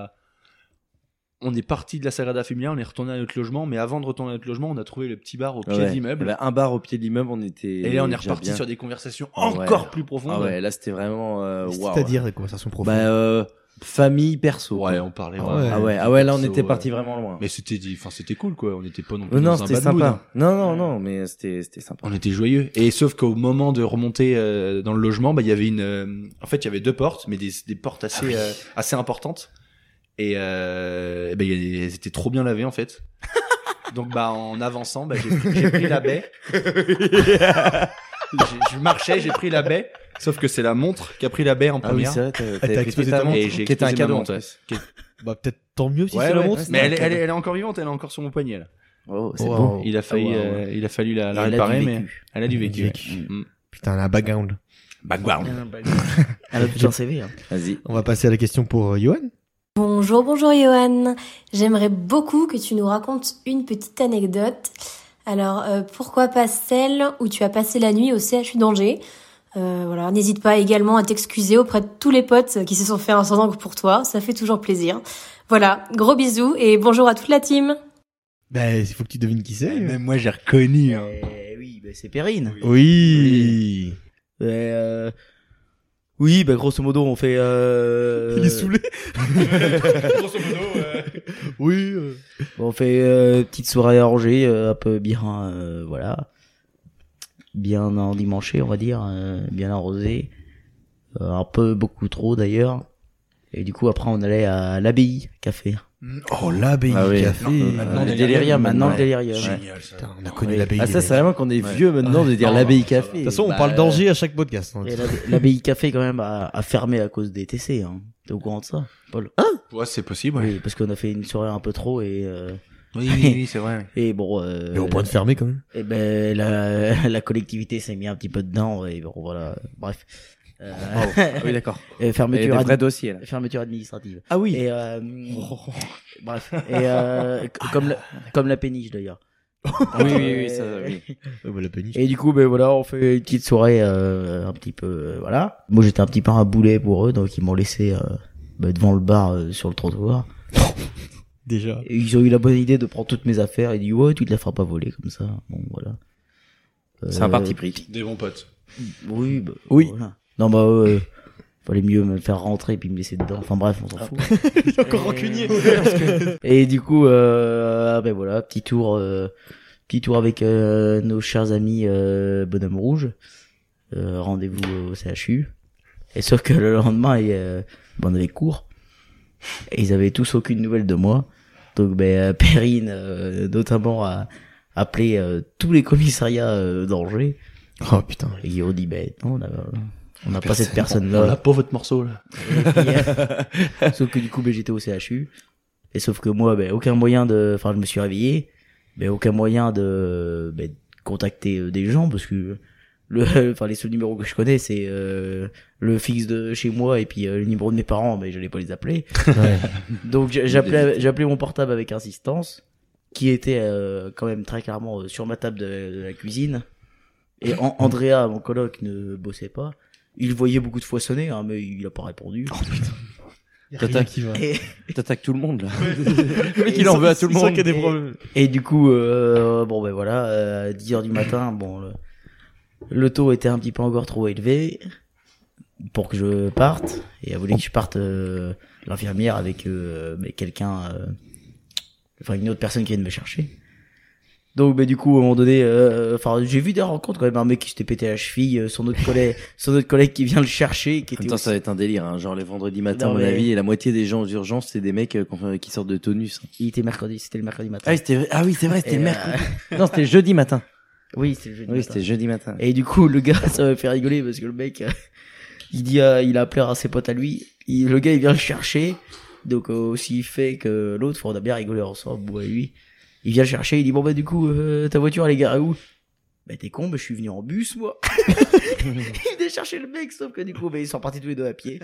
on est parti de la Sagrada Familia, on est retourné à notre logement, mais avant de retourner à notre logement, on a trouvé le petit bar au pied de Ouais. l'immeuble. Il y avait un bar au pied de l'immeuble, on était... Et là, on est déjà reparti bien. sur des conversations Ah ouais. encore plus profondes. Ah ouais, là, c'était vraiment... waouh. C'est-à-dire des conversations profondes. Bah, famille, perso. Ouais, quoi. on parlait. Ah vraiment. ouais. Ah ouais, là, on Perso, était parti vraiment loin. Mais c'était cool, quoi. On n'était pas non plus Non, dans un c'était bad mood, sympa. hein. Non, mais c'était sympa. On était joyeux. Et sauf qu'au moment de remonter dans le logement, il y avait en fait, il y avait 2 portes, mais des portes assez assez importantes. Et elles étaient trop bien lavées en fait. Donc en avançant, j'ai pris la baie. Je marchais, j'ai pris la baie. Sauf que c'est la montre qui a pris la baie en Ah oui, première. c'est vrai, t'as t'avais pris explosé ta ta montre. Et j'ai qui était un explosé ma cadeau. montre, en ouais. plus. Bah, peut-être tant mieux si Ouais, c'est la ouais, montre. mais elle est encore vivante, elle est encore sur mon poignet là. Oh, c'est Wow. bon. Il a fallu la Elle a du réparer, mais vécu. elle a du vécu. Vécu. Ouais. Mm. Putain, la background. Background. Elle a tout un CV. Hein. Vas-y. On va passer à la question pour Johan. Bonjour Johan. J'aimerais beaucoup que tu nous racontes une petite anecdote. Alors, pourquoi pas celle où tu as passé la nuit au CHU d'Angers? Voilà, n'hésite pas également à t'excuser auprès de tous les potes qui se sont fait un sans encre pour toi. Ça fait toujours plaisir. Voilà, gros bisous et bonjour à toute la team. Ben, il faut que tu devines qui c'est. Même moi j'ai reconnu. Hein. Oui, bah, c'est Perrine. Oui. Oui, bah grosso modo, on fait... Il est saoulé. Grosso modo. Oui. On fait petite soirée à Angers, un peu bien, voilà, bien endimanché, on va dire, bien arrosé, un peu beaucoup trop d'ailleurs. Et du coup, après, on allait à l'Abbaye Café. Oh, l'abbaye Ah oui. café. Maintenant, le on est Delirium, Maintenant, le ouais. Delirium. Génial, ça. Putain, on a connu Oui. l'abbaye. Ah, ça, c'est vraiment qu'on est vieux maintenant de dire Non, l'abbaye non, ça va. café. De toute façon, on Bah, parle danger à chaque podcast. hein. Et l'Abbaye Café, quand même, a fermé à cause des TC, hein. T'es au courant de ça, Paul? Ouais, c'est possible, ouais. Oui, parce qu'on a fait une soirée un peu trop Oui, c'est vrai. et bon, Mais au point de fermer quand même. et ben, la collectivité s'est mis un petit peu dedans, et bon, voilà. Bref. Ah oui, d'accord. Et Il y a fermeture, des vrais dossiers, là. fermeture administrative. Ah oui. Et bref. Et comme la péniche d'ailleurs. Oui, ça, oui. Bah, la péniche. Et du coup, ben voilà, on fait une petite soirée un petit peu, voilà. Moi, j'étais un petit peu un boulet pour eux, donc ils m'ont laissé devant le bar sur le trottoir. Déjà. Et ils ont eu la bonne idée de prendre toutes mes affaires. Ils disent ouais, tu te la feras pas voler comme ça. Bon, voilà. C'est un parti pris. Des bons potes. Oui, Oui. Voilà. Non, fallait mieux me faire rentrer et puis me laisser dedans. Enfin bref, on s'en fout. Il est encore rancunier. Et du coup, ben voilà, petit tour avec nos chers amis Bonhomme Rouge. Rendez-vous au CHU. Et sauf que le lendemain, on avait cours. Et ils avaient tous aucune nouvelle de moi. Donc, Perrine, notamment, a appelé tous les commissariats d'Angers. Oh putain. Et ils ont dit, non, on n'a pas cette On personne-là. n'a pas votre morceau, là. Sauf que du coup, j'étais au CHU. Et sauf que moi, aucun moyen enfin, je me suis réveillé, mais aucun moyen de contacter des gens parce que les seuls numéros que je connais, c'est le fixe de chez moi et puis le numéro de mes parents, mais j'allais pas les appeler. Ouais. Donc j'appelais mon portable avec insistance, qui était quand même très clairement sur ma table de la cuisine. Et Andrea, mon coloc, ne bossait pas. Il voyait beaucoup de fois sonner, hein, mais il a pas répondu. Oh putain. T'attaques tout le monde, là. Le mec, il en veut à tout le monde. qu'il y a des problèmes. Et du coup, voilà, 10h du matin, le taux était un petit peu encore trop élevé pour que je parte. Et elle voulait que je parte l'infirmière avec quelqu'un, une autre personne qui vient de me chercher. Donc du coup à un moment donné, j'ai vu des rencontres quand même, un mec qui s'était pété la cheville, son autre collègue qui vient le chercher, qui était Attends, aussi... ça va être un délire, hein. Genre les vendredis matins, Non, à mon mais- avis, et la moitié des gens aux urgences, c'est des mecs qui sortent de tonus. C'était le mercredi matin. Ah oui, c'est vrai, c'était Et, le mercredi. Non, c'était le jeudi matin. Oui, c'était le jeudi Oui, matin. c'était jeudi matin. Et du coup, le gars, ça m'a fait rigoler parce que le mec, il a appelé à ses potes à lui. Le gars, il vient le chercher. Donc, aussi fait que l'autre, on a bien rigolé ensemble, moi et lui. Il vient le chercher, il dit, du coup, ta voiture, elle est garée où? T'es con, je suis venu en bus, moi. Il venait chercher le mec, sauf que du coup, ils sont partis tous les deux à pied.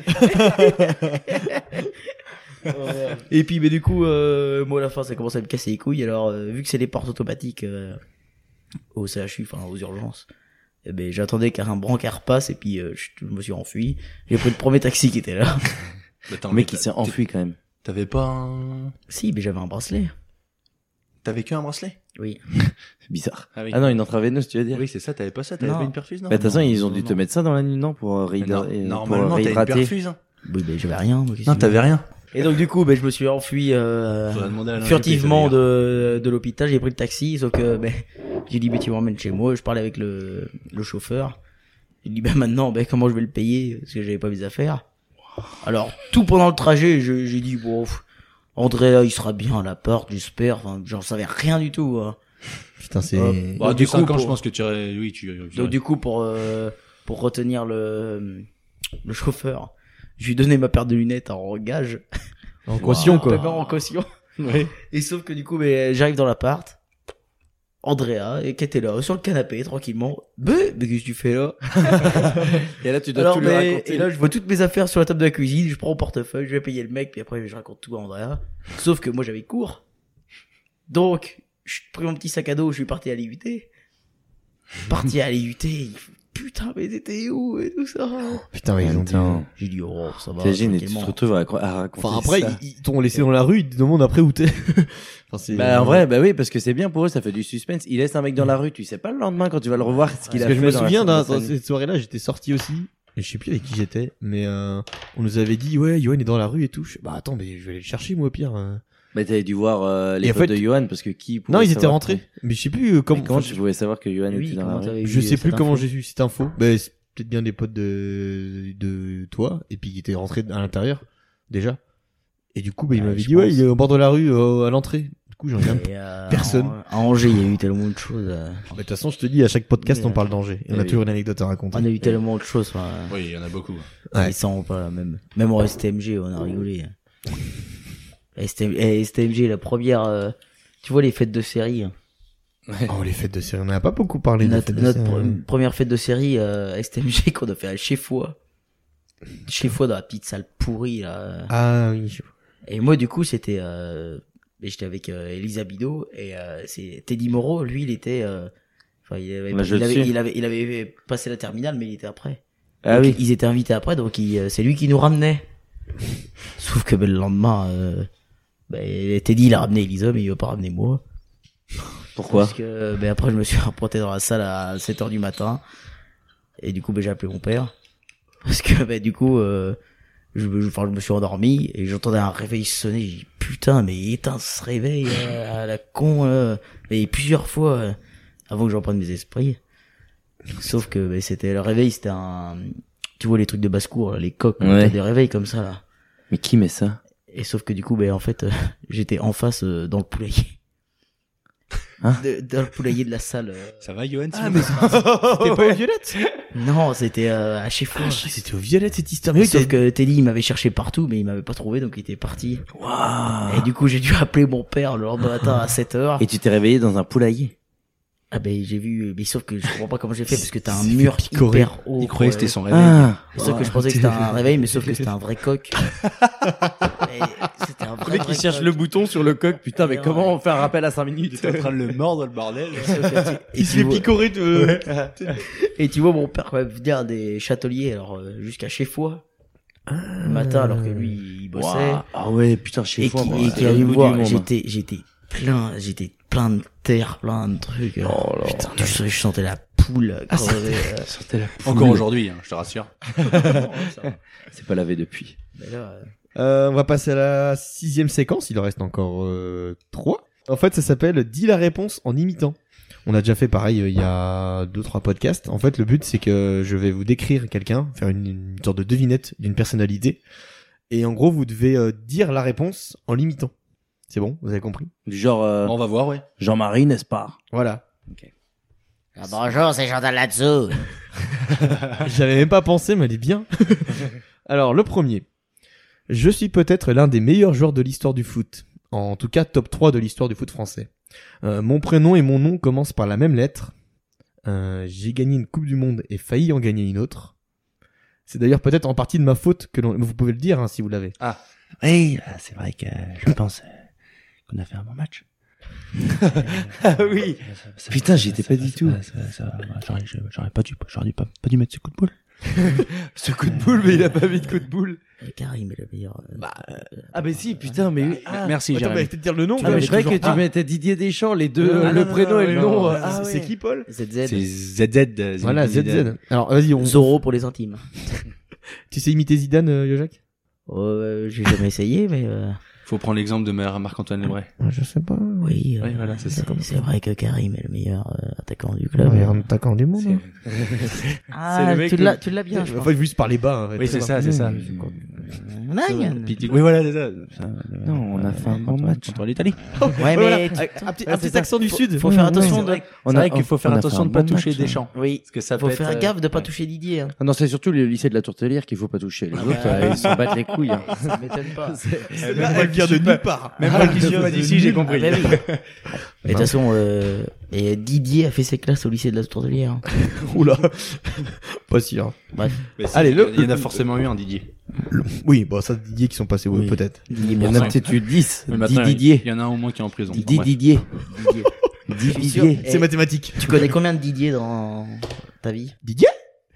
Et puis, du coup, moi, à la fin, ça commence à me casser les couilles. Alors, vu que c'est des portes automatiques au CHU, enfin, aux urgences, j'attendais qu'un brancard passe et puis je me suis enfui. J'ai pris le premier taxi qui était là. Attends, Le mec, il s'est enfui quand même. T'avais pas un... Si, mais j'avais un bracelet. T'avais qu'un bracelet? Oui. C'est bizarre. Ah oui. Ah non, une intraveineuse, tu veux dire? Oui, c'est ça, t'avais pas ça, t'avais Non. pas une perfuse, non? Bah, de toute façon, ils ont Non, dû non. te mettre ça dans la nuit, non? Pour Mais non, normalement, pour t'as une réhydrater. perfuse, hein. Oui, j'avais rien. Moi, qu'est-ce Non, que t'avais rien. Et donc, du coup, je me suis enfui Faudrait demander à furtivement l'ingénieur, ça de l'hôpital. J'ai pris le taxi, sauf que j'ai dit, tu m'emmènes chez moi. Je parlais avec le chauffeur. Il dit, maintenant, comment je vais le payer? Parce que j'avais pas mes affaires. Alors, tout pendant le trajet, j'ai dit, André, là, il sera bien à la porte, j'espère. Enfin, j'en savais rien du tout, hein. Putain, c'est... Bah, Donc, du du coup, 5 ans, pour- je pense que tu aurais... Oui, tu... Donc du coup pour retenir le chauffeur, je lui donnais ma paire de lunettes en gage, En caution, quoi. paiement en caution. Et sauf que du coup j'arrive dans l'appart, Andrea qui était là sur le canapé tranquillement. Mais qu'est-ce que tu fais là? Et là, tu dois Alors, tout lui raconter. et là je vois toutes mes affaires sur la table de la cuisine, je prends mon portefeuille, je vais payer le mec, puis après je raconte tout à Andrea. Sauf que moi j'avais cours. Donc je pris mon petit sac à dos, je suis parti à l'IUT. Parti à l'IUT, putain mais t'étais où et tout ça. Putain, ils ont dit... Putain. J'ai dit oh ça va. T'imagines, et tu te tranquillement. retrouves à raconter Enfin, après, ça. ils t'ont laissé dans la rue, ils te demandent après où t'es. Enfin, c'est... Bah, en vrai, oui, parce que c'est bien pour eux, ça fait du suspense. Il laisse un mec dans la rue, tu sais pas le lendemain quand tu vas le revoir ce qu'il Parce a que fait. je me dans la souviens dans dans sa nuit. cette soirée-là, j'étais sorti aussi. Et je sais plus avec qui j'étais, mais on nous avait dit, ouais, Yoann est dans la rue et tout. Bah attends, mais je vais aller le chercher, moi, au pire. Bah, t'avais dû voir les Et en potes fait- de Johan, parce que qui pouvait Non, ils étaient savoir rentrés. Mais je sais plus Comment, comment... tu pouvais savoir que Johan Oui, était dans comment la rue? t'avais eu Je sais plus cette comment info? j'ai eu cette info. Bah, c'est peut-être bien des potes de toi, et puis qui étaient rentrés à l'intérieur. déjà. Et du coup, il Ouais, m'avait je dit, ouais, pense. il est au bord de la rue, à l'entrée. Du coup, j'en viens. Et, Personne. À Angers, il y a eu tellement de choses. De toute façon, je te dis, à chaque podcast, Oui, on parle d'Angers. Et on a oui. toujours une anecdote à raconter. On a eu tellement de choses. Enfin, Oui, il y en a beaucoup. Ouais. ils sont pas même au STMG, on a rigolé. STMG, la première, tu vois les fêtes de série. Oh, les fêtes de série. On n'a pas beaucoup parlé de fêtes de série. Première fête de série STMG qu'on a fait à chez Foix. Chez Foix dans la petite salle pourrie là. Ah oui. Et moi du coup c'était j'étais avec Elisa Bidot et c'est Teddy Moreau, lui il était enfin il avait passé la terminale mais il était après. Ah Donc, oui. ils étaient invités après donc c'est lui qui nous ramenait. Sauf que le lendemain Teddy il a ramené Elisa mais il veut pas ramener moi. Pourquoi? Parce que après je me suis reporté dans la salle à 7h du matin et du coup j'ai appelé mon père parce que du coup je me suis endormi et j'entendais un réveil sonner. J'ai dit putain mais éteins ce réveil à la con et plusieurs fois avant que j'en prenne mes esprits. Sauf que c'était le réveil, c'était un, tu vois les trucs de basse-cour là, les coques, Ouais. t'as des réveils comme ça là. Mais qui met ça? Et sauf que du coup en fait j'étais en face dans le poulailler. Hein Dans le poulailler de la salle. Ça va, Johan? Ah, mais c'était pas aux Violettes? Non, c'était à chez Foix. Ah, je croyais que c'était aux Violettes, cette histoire. Mais oui, Sauf que Teddy, il m'avait cherché partout, mais il m'avait pas trouvé, donc il était parti. Waouh. Et du coup, j'ai dû appeler mon père le lendemain matin à 7h. Et tu t'es réveillé dans un poulailler? Ah j'ai vu, mais sauf que je comprends pas comment j'ai fait, parce que t'as un Il s'est mur fait picorer. hyper haut. Il croyait que c'était son réveil. Ah. Sauf que je pensais que c'était un réveil, mais sauf que c'était un vrai coq. Et c'était un vrai, vrai coq. bouton sur le coq. Putain, mais comment on fait un rappel à 5 minutes? T'es en train de le mordre, le bordel. il se fait picorer de... Et tu vois mon père quand même venir des Châteliers, alors jusqu'à chez Foix. Le matin, alors que lui, il bossait. Waouh. Ah ouais, putain, chez Et Foix. qui allait me voir, j'étais plein de terre, plein de trucs. Oh là. Putain, je sentais la poule crever. Encore aujourd'hui, hein, je te rassure. C'est pas lavé depuis. Mais là, On va passer à la 6e séquence. Il en reste encore 3. En fait, ça s'appelle Dis la réponse en imitant. On a déjà fait pareil il y a 2-3 podcasts. En fait, le but, c'est que je vais vous décrire quelqu'un, faire une sorte de devinette d'une personnalité. Et en gros, vous devez dire la réponse en l'imitant. C'est bon? Vous avez compris? Du genre, On va voir, ouais. Jean-Marie, n'est-ce pas? Voilà. bonjour, c'est Chantal là-dessous. J'avais même pas pensé, mais elle est bien. Alors, le premier. Je suis peut-être l'un des meilleurs joueurs de l'histoire du foot. En tout cas, top 3 de l'histoire du foot français. Mon prénom et mon nom commencent par la même lettre. J'ai gagné une Coupe du Monde et failli en gagner une autre. C'est d'ailleurs peut-être en partie de ma faute que vous pouvez le dire, hein, si vous l'avez. Oui, c'est vrai que je pense qu'on a fait un bon match. Ah oui. Putain, j'y étais pas du tout. J'aurais pas dû mettre ce coup de boule. Ce coup de boule, mais il a pas mis de coup de boule. Karim est le meilleur. Ah bah si, putain, mais oui. Ah. Merci, Attends, Jérémy. mais peut-être dire le nom. Ah, mais je croyais que tu mettais Didier Deschamps, les deux, le prénom et le nom. Ah, C'est qui, Paul? ZZ. C'est ZZ. Voilà, ZZ. Alors, vas-y, Zoro pour les intimes. tu sais imiter Zidane, Yojac? J'ai jamais essayé, mais Faut prendre l'exemple de Marc-Antoine Lebray. Je sais pas. oui. Oui, voilà, c'est ça. C'est vrai que Karim est le meilleur attaquant du club. Un attaquant du monde. hein. Ah, le mec tu l'as bien, je En crois. fait, juste parler bas. En fait. Oui, c'est ça, c'est ça. Oui, voilà, c'est ça. Non, on a fait un bon match. Contre l'Italie. Ouais, Voilà, mais avec un petit accent du sud. faut faire attention de. C'est vrai qu'il faut faire attention de pas toucher des Deschamps. Oui. Parce que ça Faut peut faire être, gaffe de pas toucher Didier. Hein. Ah non, c'est surtout le lycée de la Tourtelière qu'il faut pas toucher. Les autres, ils s'en battent les couilles. Hein. Ça m'étonne pas. Elle vient de nulle part. Même pas le qui pas d'ici, j'ai compris. Ah, bah oui. Mais de toute façon, et Didier a fait ses classes au lycée de la Tourtelière. Hein. Oula. Pas sûr. Bref. Allez, il y en a forcément eu un Didier. Oui, bon, ça, Didier qui sont passés, oui, Oui. peut-être. Didier Il y en a Boursin. peut-être eu 10. Mais maintenant, Didier. Il y en a un au moins qui est en prison. Dis Bref. Didier. Je suis sûr. Didier. C'est mathématique. Tu connais combien de Didier dans ta vie? Didier?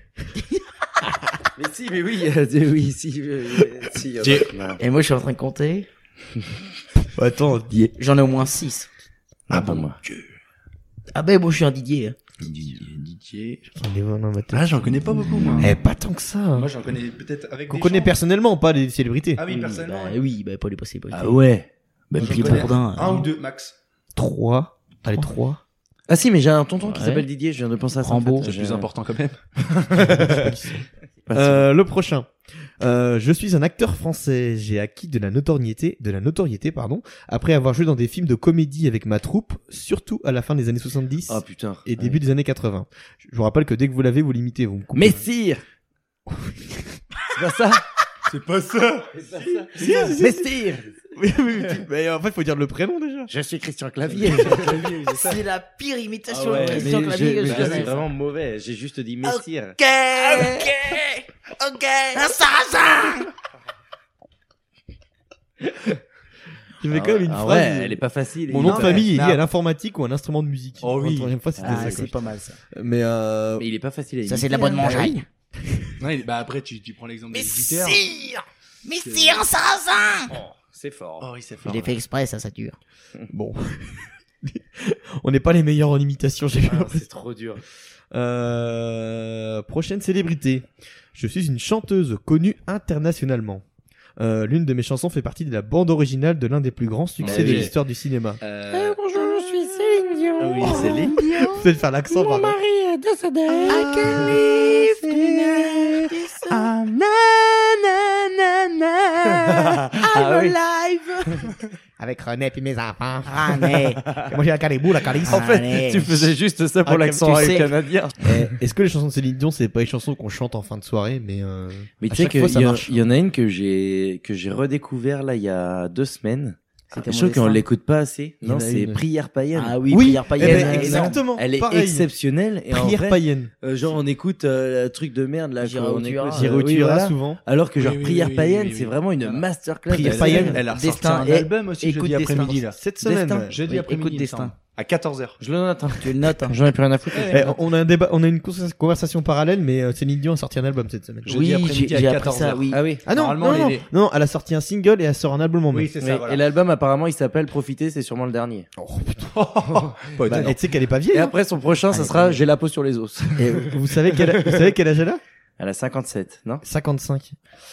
Mais si, mais oui, oui, si. Et moi, je suis en train de compter. Attends, J'en ai au moins 6. Ah bon, moi. Ah ben, moi, je suis un Didier. Didier. Ah, Ah, j'en connais pas beaucoup, moi. eh, pas tant que ça. Moi, j'en connais peut-être avec Qu'on des connaît gens. personnellement, pas les célébrités. Ah oui, personnellement. Oui, bah, pas les possibles. Ah ouais. Bah, Moi, j'en Philippe connais Bourdin. Un ou deux, max. 3. Allez, 3. Ah si, mais j'ai un tonton qui Ouais. s'appelle Didier, je viens de penser à ça. Rambo. en fait. C'est plus important quand même. Pas si- Le prochain. Je suis un acteur français. J'ai acquis de la notoriété, après avoir joué dans des films de comédie avec ma troupe, surtout à la fin des années 70 Ah putain. et début des années 80. Je vous rappelle que dès que vous l'avez, vous l'imitez, vous me coupez. Messire. C'est pas ça. C'est pas ça. Messire. Oui, mais en fait, faut dire le prénom déjà. Je suis Christian Clavier. C'est la pire imitation Ah ouais, de Christian mais Clavier que je c'est connaisse. vraiment mauvais. J'ai juste dit Messire. Ok, un sarrasin. Il y avait quand même une Ah phrase. ouais, elle est pas facile. Mon nom de Non, famille est mais- lié à l'informatique ou à un instrument de musique. Oh oui. La troisième fois, c'était Ah, ça. c'est pas mal ça. Mais Mais il est pas facile à Ça, imiter. c'est de la bonne hein. mangeaille. Non, bah après, tu prends l'exemple des visiteurs. Messire, un sarrasin. C'est fort. Oh oui, c'est fort. Il est fait exprès, ça dure. bon. On n'est pas les meilleurs en imitation, j'ai vu. Ah, c'est trop dur. Prochaine célébrité. Je suis une chanteuse connue internationalement. L'une de mes chansons fait partie de la bande originale de l'un des plus grands succès de Ok. l'histoire du cinéma. Bonjour, je suis Céline Dion. Ah oui, Céline. Vous pouvez faire l'accent, Mon pardon. mari est décédé. Ah oui. Avec René puis mes enfants. René. Moi j'ai un caribou, la calice. En fait, tu faisais juste ça pour Ah, l'accent tu sais. canadien. Est-ce que les chansons de Céline Dion, c'est pas les chansons qu'on chante en fin de soirée, mais Mais à tu sais chaque fois, ça qu'il marche. y en a une que j'ai redécouvert là il y a 2 semaines. C'était Je mon trouve qu'on destin. l'écoute pas assez. Il y en Non, a c'est une. Prière païenne. Ah oui, Oui, prière eh païenne. ben, non. exactement. Elle est pareil. exceptionnelle et en Prière vrai, païenne. genre on écoute un truc de merde là. J'irai qu'on où tu iras. écoute, J'irai où oui, tu iras voilà. souvent. Alors que genre Oui, oui, Prière oui, païenne, oui, oui, c'est oui. vraiment une Voilà. masterclass. Prière Elle- païenne. Elle a ressorti Destin un et album aussi écoute jeudi après-midi Destin. là. Cette semaine. Destin. ouais. Jeudi Oui, après-midi. écoute il me Destin. semble. À 14h. Je le note. Hein. Tu le notes. Hein. J'en ai plus rien à foutre. On a un débat, on a une conversation parallèle, mais Céline Dion a sorti un album cette semaine. Jeudi Oui, après-midi j'ai à appris 14h. ça, oui. Ah oui. Ah non, Normalement, non, les- non, elle a sorti un single et elle sort un album en mai. Oui, c'est ça, Oui. voilà. Et l'album apparemment il s'appelle Profiter, c'est sûrement le dernier. Pas Bah, étonnant. et tu sais qu'elle est pas vieille. Et hein. après son prochain, ça sera J'ai la peau sur les os. Et vous savez quel âge elle a? Elle a 57, non? 55.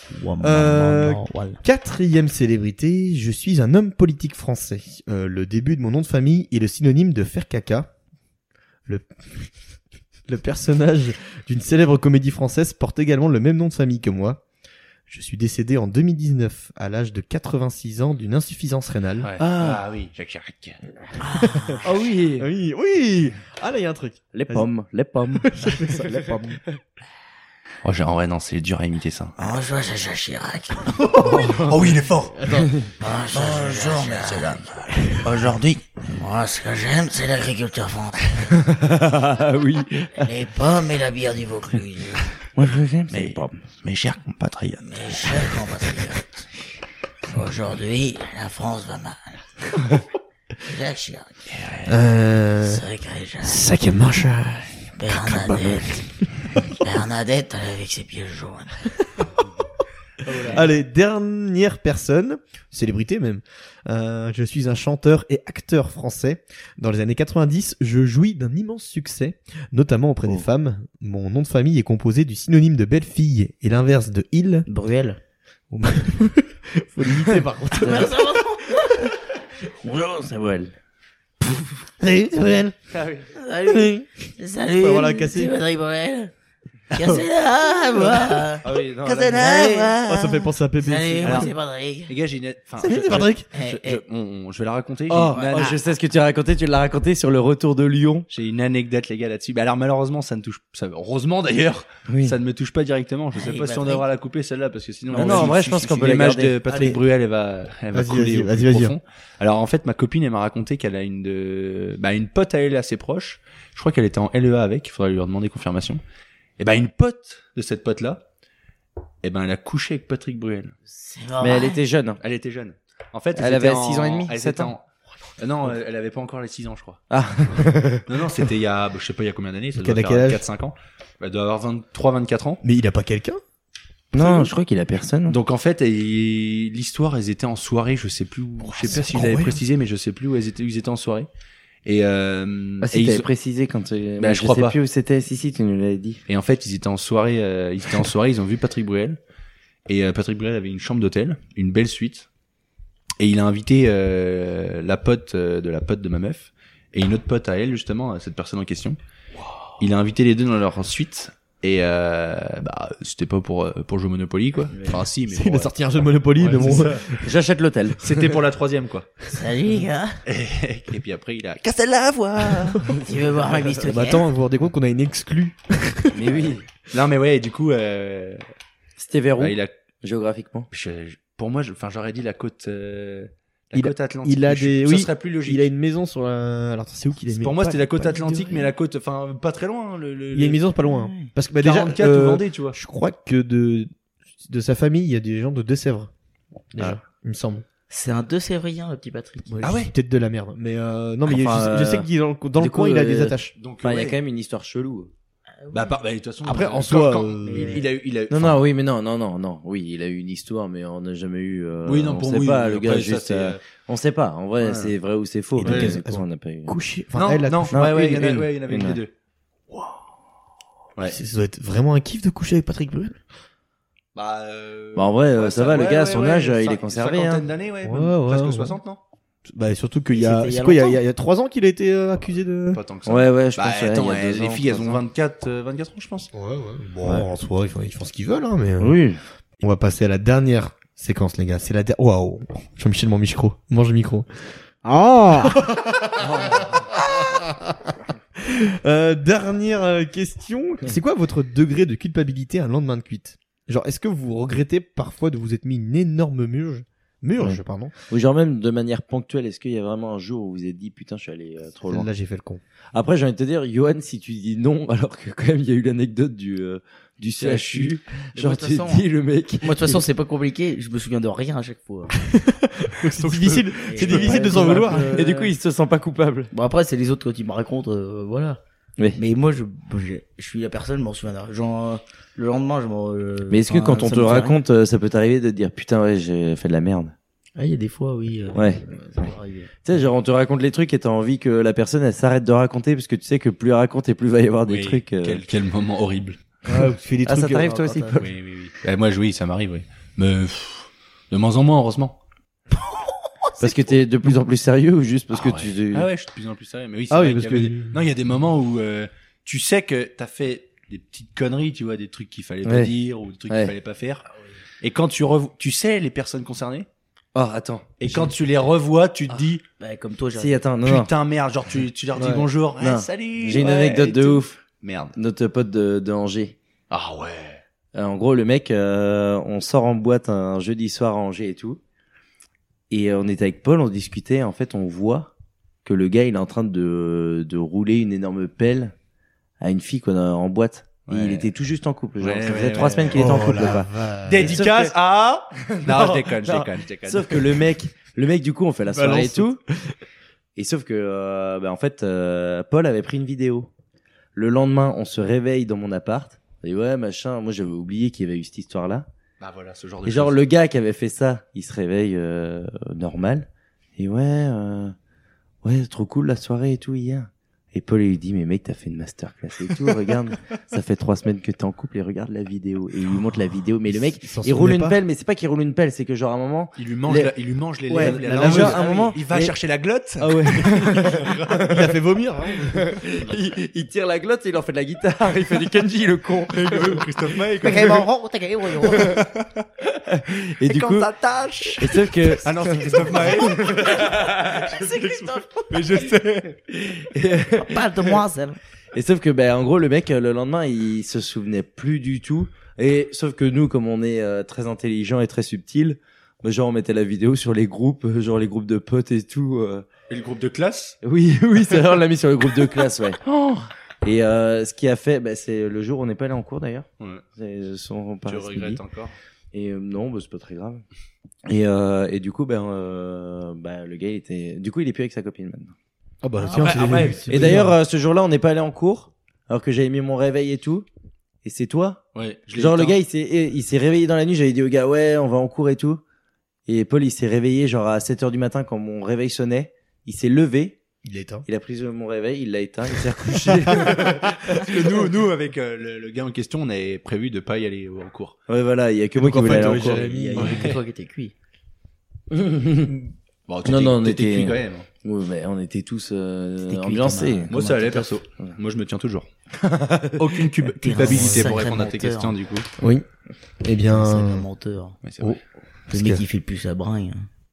Quatrième célébrité, je suis un homme politique français. Le début de mon nom de famille est le synonyme de faire caca. Le personnage d'une célèbre comédie française porte également le même nom de famille que moi. Je suis décédé en 2019 à l'âge de 86 ans d'une insuffisance rénale. Ouais. Ah. oui, Jacques Chirac. Ah oui. Oui, oui. Ah là, il y a un truc. Les Vas-y. pommes, les pommes. Les pommes. Oh, en vrai, non, c'est dur à imiter ça. Bonjour, c'est Jacques Chirac. Oh oui, il est fort. Bonjour, messieurs, dames. Aujourd'hui, Moi, ce que j'aime, c'est l'agriculture française. Ah oui. Les pommes et la bière du Vaucluse. Moi je j'aime Mais- les pommes. Mes chers compatriotes. Mes chers compatriotes. Aujourd'hui, la France va mal. Jacques Chirac. Sacré Jacques. Cinquième manche. Bernadette, elle avec ses pieds jaunes. Allez, dernière personne, célébrité même. Je suis un chanteur et acteur français. Dans les années 90, je jouis d'un immense succès, notamment auprès des femmes. Mon nom de famille est composé du synonyme de belle fille et l'inverse de il. Bruel. Faut l'imiter par contre. Bonjour Samuel. Salut, Bruel. Salut. Faut avoir la cassée. C'est Patrick Bruel. Cassez-la, moi. Ah oui, non. Cassez-la, moi. Oh, ça fait penser à Pépé. Salut, moi, Alors- c'est Patrick. Les gars, j'ai une... enfin, Salut, je- c'est Patrick. je vais la raconter. Oh, J'ai une- je sais ce que tu as raconté, tu l'as raconté sur le retour de Lyon. J'ai une anecdote, les gars, là-dessus. Bah, alors, malheureusement, ça ne touche, heureusement d'ailleurs, Oui. ça ne me touche pas directement. Je sais Allez, pas si on Patrick. devra la couper, celle-là, parce que sinon, Non, non, en vrai, je pense qu'on peut la l'image garder. de Patrick Allez. Bruel, elle va Vas-y, couler vas-y, au plus vas-y. profond. Alors, en fait, ma copine, elle m'a raconté qu'elle a une pote à elle assez proche. Je crois qu'elle était en LEA avec, il faudrait lui demander confirmation. Et ben, une pote de cette pote-là, et ben, elle a couché avec Patrick Bruel. C'est Mais normal. elle était jeune. Hein. Elle était jeune. En fait, Elle était avait en- 6 ans et demi, elle 7 était ans. non, elle avait pas encore les 6 ans, je crois. Ah. Non, c'était il y a, je sais pas il y a combien d'années, ça doit Quel faire âge 4-5 ans. Elle doit avoir 23-24 ans. Mais il a pas quelqu'un? Non, je crois qu'il a personne. Donc en fait, l'histoire, elles étaient en soirée, je sais plus où, je sais pas c'est si vous avez incroyable. précisé, mais je sais plus où ils étaient en soirée. Et, Ah et, si, ils- t'avais précisé quand Bah, je je crois sais pas. plus où c'était. Si, tu nous l'avais dit. et en fait, ils étaient en soirée, ils ont vu Patrick Bruel. Et Patrick Bruel avait une chambre d'hôtel, une belle suite. Et il a invité la pote de la pote de ma meuf et une autre pote à elle justement, à cette personne en question. Il a invité les deux dans leur suite Et c'était pas pour jouer au Monopoly quoi. Enfin si, mais Il a sorti un jeu de Monopoly, mais bon. J'achète l'hôtel. C'était pour la 3e quoi. Salut les gars. Et puis après il a Casse la voix. Tu veux voir ma bistouille? Bah attends, vous vous rendez compte qu'on a une exclue. Mais oui. Non mais ouais, et du coup C'était vers où il a géographiquement? pour moi j'aurais dit la côte Il a- côte atlantique. il a mais des- ça oui, serait plus logique. Il a une maison sur la... Alors c'est où qu'il a une Pour moi maison c'était la côte Pas- atlantique mais la côte enfin pas très loin hein, Il y a une maison pas loin. hein. Parce que bah, déjà 44 ou Vendée, tu vois. je crois que de sa famille, il y a des gens de Deux-Sèvres. Déjà, il me semble. C'est un 2 Sévrien, le petit Patrick. Je dis peut-être de la merde, mais non mais Enfin, je sais qu'il est dans le du coin, coup, il a des attaches. Donc Enfin, il y a ouais. quand même une histoire chelou. Bah de toute façon Après, en quand- soi, quand- euh, il a eu Non, non, oui, mais non. Oui, il a eu une histoire, mais on n'a jamais eu. oui non on pour sait oui, pas, oui, le après, gars, ça, juste. c'est, On sait pas. En vrai, Ouais. c'est vrai ou c'est faux. Et donc, mais elles- du coup, elles ont on n'a pas eu. Couché. Enfin, non elle a non couché. ouais une, il y en avait une. que 2. Ouais. Ça doit être vraiment un kiff de coucher avec Patrick Bruel. Bah, en vrai, ça va, le gars, à son âge, il est conservé, hein. d'années ouais, Ouais, presque ouais. 60 non. Bah surtout qu'il y a, C'était il y a c'est quoi, longtemps. il y a 3 ans qu'il a été accusé de. Pas tant que ça. Ouais, je Bah pense. ouais, attends, il y a 2 les ans, filles elles 3 ont ans. 24 ans je pense. Ouais. Bon, en soi, ils font ce qu'ils veulent, hein, mais. Oui. On va passer à la dernière séquence, les gars. C'est la dernière. Waouh. Jean-Michel, mon micro. Mange le micro. Ah. Dernière question. C'est quoi votre degré de culpabilité un lendemain de cuite? Genre, est-ce que vous regrettez parfois de vous être mis une énorme murge, Ouais. pardon. Ou genre même de manière ponctuelle, est-ce qu'il y a vraiment un jour où vous vous êtes dit putain je suis allé trop loin? Là, j'ai fait le con. Après j'ai envie de te dire, Johan, si tu dis non, alors que quand même il y a eu l'anecdote du CHU, genre moi, de toute tu façon, dis le mec. Moi, de toute façon, c'est pas compliqué. Je me souviens de rien à chaque fois. C'est difficile. Et C'est je peux difficile pas de s'en dire vouloir. que- Et du coup il se sent pas coupable. Bon, après, c'est les autres qui me racontent, voilà. Oui. Mais moi, je suis la personne, je m'en souviens. Genre, le lendemain, Mais est-ce que quand on ça te me fait rien. raconte, ça peut t'arriver de te dire putain ouais j'ai fait de la merde? Ah, il y a des fois, oui. Ouais. Ça peut arriver. Tu sais, genre on te raconte les trucs et t'as envie que la personne elle s'arrête de raconter parce que tu sais que plus elle raconte et plus il va y avoir des Oui, trucs. quel moment horrible. Ouais, tu fais des Ah, trucs. ça t'arrive toi aussi, Paul? Oui. Moi oui, ça m'arrive oui. Mais de moins en moins heureusement. Parce que t'es de plus en plus sérieux ou juste parce que ouais. tu. Ah ouais, je suis de plus en plus sérieux. Mais oui, c'est Ah vrai oui, parce qu'il y avait que- non, il y a des moments où tu sais que t'as fait des petites conneries, tu vois, des trucs qu'il fallait pas Ouais. dire ou des trucs Ouais. qu'il fallait pas faire. Et quand tu sais les personnes concernées. Oh attends. Et quand tu les revois, tu te dis Bah, comme toi, j'ai Si attends non. putain merde, genre tu leur dis Ouais. bonjour, Non. salut. J'ai une ouais, anecdote et de tout. ouf. Merde. Notre pote de Angers. Ah ouais. En gros, le mec, on sort en boîte un jeudi soir à Angers et tout. Et on était avec Paul, on discutait. En fait, on voit que le gars, il est en train de rouler une énorme pelle à une fille qu'on a en boîte. Et Ouais. il était tout juste en couple. Genre, Ouais, ça faisait ouais, 3 ouais. semaines qu'il était en couple, quoi. Dédicace Sauf que- à. Non, Non, je déconne. Sauf que le mec, du coup, on fait la soirée Balance et tout. Et sauf que, en fait, Paul avait pris une vidéo. Le lendemain, on se réveille dans mon appart. Et ouais, machin. Moi, j'avais oublié qu'il y avait eu cette histoire-là. Bah voilà, ce genre de Et genre, choses. le gars qui avait fait ça, il se réveille normal. Et ouais, trop cool la soirée et tout hier. Et Paul il lui dit mais mec t'as fait une masterclass et tout, regarde, ça fait 3 semaines que t'es en couple et regarde la vidéo. Et il lui montre la vidéo, mais le mec il roule une pelle, mais c'est pas qu'il roule une pelle, c'est que genre à un moment. Il lui mange, Les- il lui mange les Ouais, lèvres, la la laveuse. langue. À un moment, il va les- chercher la glotte. Ah ouais. Il a fait vomir. Hein. il tire la glotte et il en fait de la guitare, il fait du kanji le con. Christophe Maé. Et du coup, s'attache. et sauf que Ah non, c'est Christophe Maé. C'est Christophe. Mais je sais. Pas de moi, celle. Et sauf que, en gros, le mec, le lendemain, il se souvenait plus du tout. Et sauf que nous, comme on est très intelligent et très subtil, genre on mettait la vidéo sur les groupes, genre les groupes de potes et tout. Et le groupe de classe. Oui, c'est vrai, on l'a mis sur le groupe de classe, ouais. Et ce qui a fait, c'est le jour où on n'est pas allé en cours d'ailleurs. Ouais. Ils sont pas Tu restés regrettes midi. encore. Et non, c'est pas très grave. Et du coup, le gars, il était, du coup, il est plus avec sa copine maintenant. Ah bah Après, Et d'ailleurs, ce jour-là, on n'est pas allé en cours, alors que j'avais mis mon réveil et tout. Et c'est toi. Ouais. je l'ai Genre, le éteint. gars, il s'est réveillé dans la nuit, j'avais dit au gars, ouais, on va en cours et tout. Et Paul, il s'est réveillé, genre, à 7h du matin, quand mon réveil sonnait. Il s'est levé, il est éteint. il a pris mon réveil, il l'a éteint, il s'est recouché. Parce que nous, avec le gars en question, on avait prévu de pas y aller en cours. Ouais, voilà, il y a que moi qui en voulais fait, aller en ouais, cours. Il y a que toi qui étais cuit. Bon, Non, non, on t'étais était- cuit quand même. Oui, mais on était tous C'était cuit ambiancés. comme un- Moi, ça allait, tout à perso. Ouais. Moi, je me tiens toujours. Aucune T'es un culpabilité pour sacré répondre à tes menteur. questions, du coup. Oui. Eh C'est bien, un menteur. Ouais, c'est vrai. Le mec que- qui fait le plus à brin.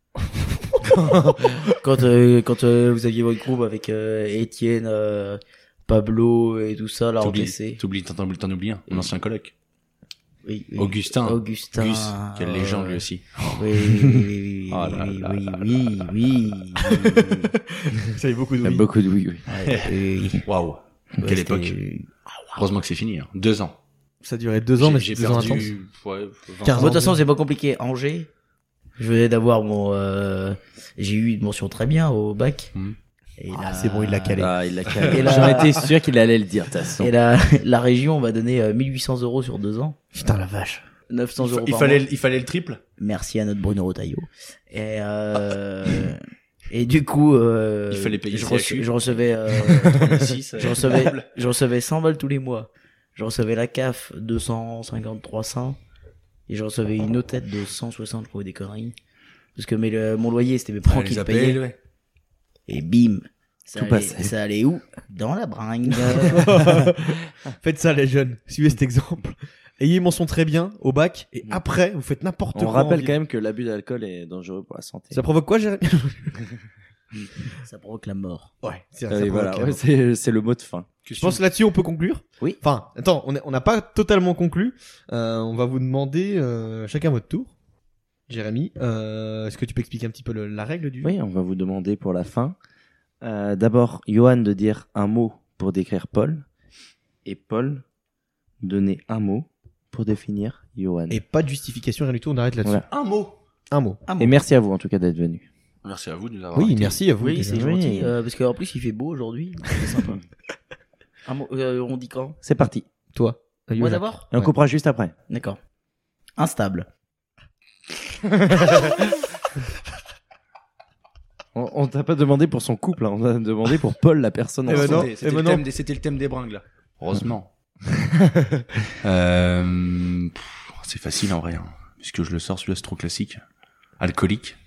Quand vous aviez votre groupe avec Étienne, Pablo et tout ça, là, encaissé. T'en oublies un, mon ancien coloc. Oui, oui. Augustin. Augustin. Gus, quelle légende lui aussi. Oui, oui, Oh là oui, là oui, là oui, oui, ça y est beaucoup de Il y a oui. beaucoup de oui. Ouais, oui. Waouh. Ouais, Quelle c'était- époque. Heureusement que c'est fini, hein. 2 ans. Ça durait 2 ans, mais J'ai c'était 2 ans intenses. perdu, ouais, 20 15 Moi, de toute façon, c'est pas compliqué. Angers, je venais d'avoir j'ai eu une mention très bien au bac. Mhm. Et Ah, là, c'est bon, il l'a calé. Ah, il l'a calé. Et là- J'en étais sûr qu'il allait le dire, de toute façon. Et la région va donner 1800 € sur 2 ans. Putain, la vache. 900 € Il par fallait, mois. il fallait le triple. Merci à notre Bruno Retailleau. Et du coup, Il fallait payer je, CHU. je recevais, 6, je recevais 100 balles tous les mois. Je recevais la CAF 250, 300. Et je recevais une notette de 160 pour des conneries. Parce que mon loyer, c'était mes parents qui le payaient. ouais. Et bim. Tout passait. Ça allait où? Dans la bringue. Faites ça, les jeunes. Suivez cet exemple. Ayez mention très bien au bac et après, vous faites n'importe quoi. On en rappelle ville. quand même que l'abus d'alcool est dangereux pour la santé. Ça provoque quoi, Jérémy? Ça provoque la mort. Ouais, c'est Et voilà, ouais, c'est le mot de fin. Je pense que là-dessus, on peut conclure. Oui. Enfin, attends, on n'a pas totalement conclu. On va vous demander chacun votre tour. Jérémy, est-ce que tu peux expliquer un petit peu la règle du jeu? Oui, on va vous demander pour la fin. D'abord, Johan de dire un mot pour décrire Paul. Et Paul, donner un mot pour définir Johan. Et pas de justification, rien du tout, on arrête là-dessus. Voilà. Un mot. Un mot. Et merci à vous en tout cas d'être venu. Merci à vous de nous avoir Oui, invités. merci à vous. Oui, déjà. c'est gentil. Parce qu'en plus, il fait beau aujourd'hui. C'est sympa. Un mot, on dit quand? C'est parti. Toi. Moi d'abord? Et on Ouais. coupera juste après. D'accord. Instable. On t'a pas demandé pour son couple, hein. On a demandé pour Paul, la personne Eh ben enceinte. non. C'était Et le maintenant thème c'était le thème des bringues, là. Heureusement. C'est facile en vrai, hein, puisque je le sors, celui-là c'est trop classique. Alcoolique.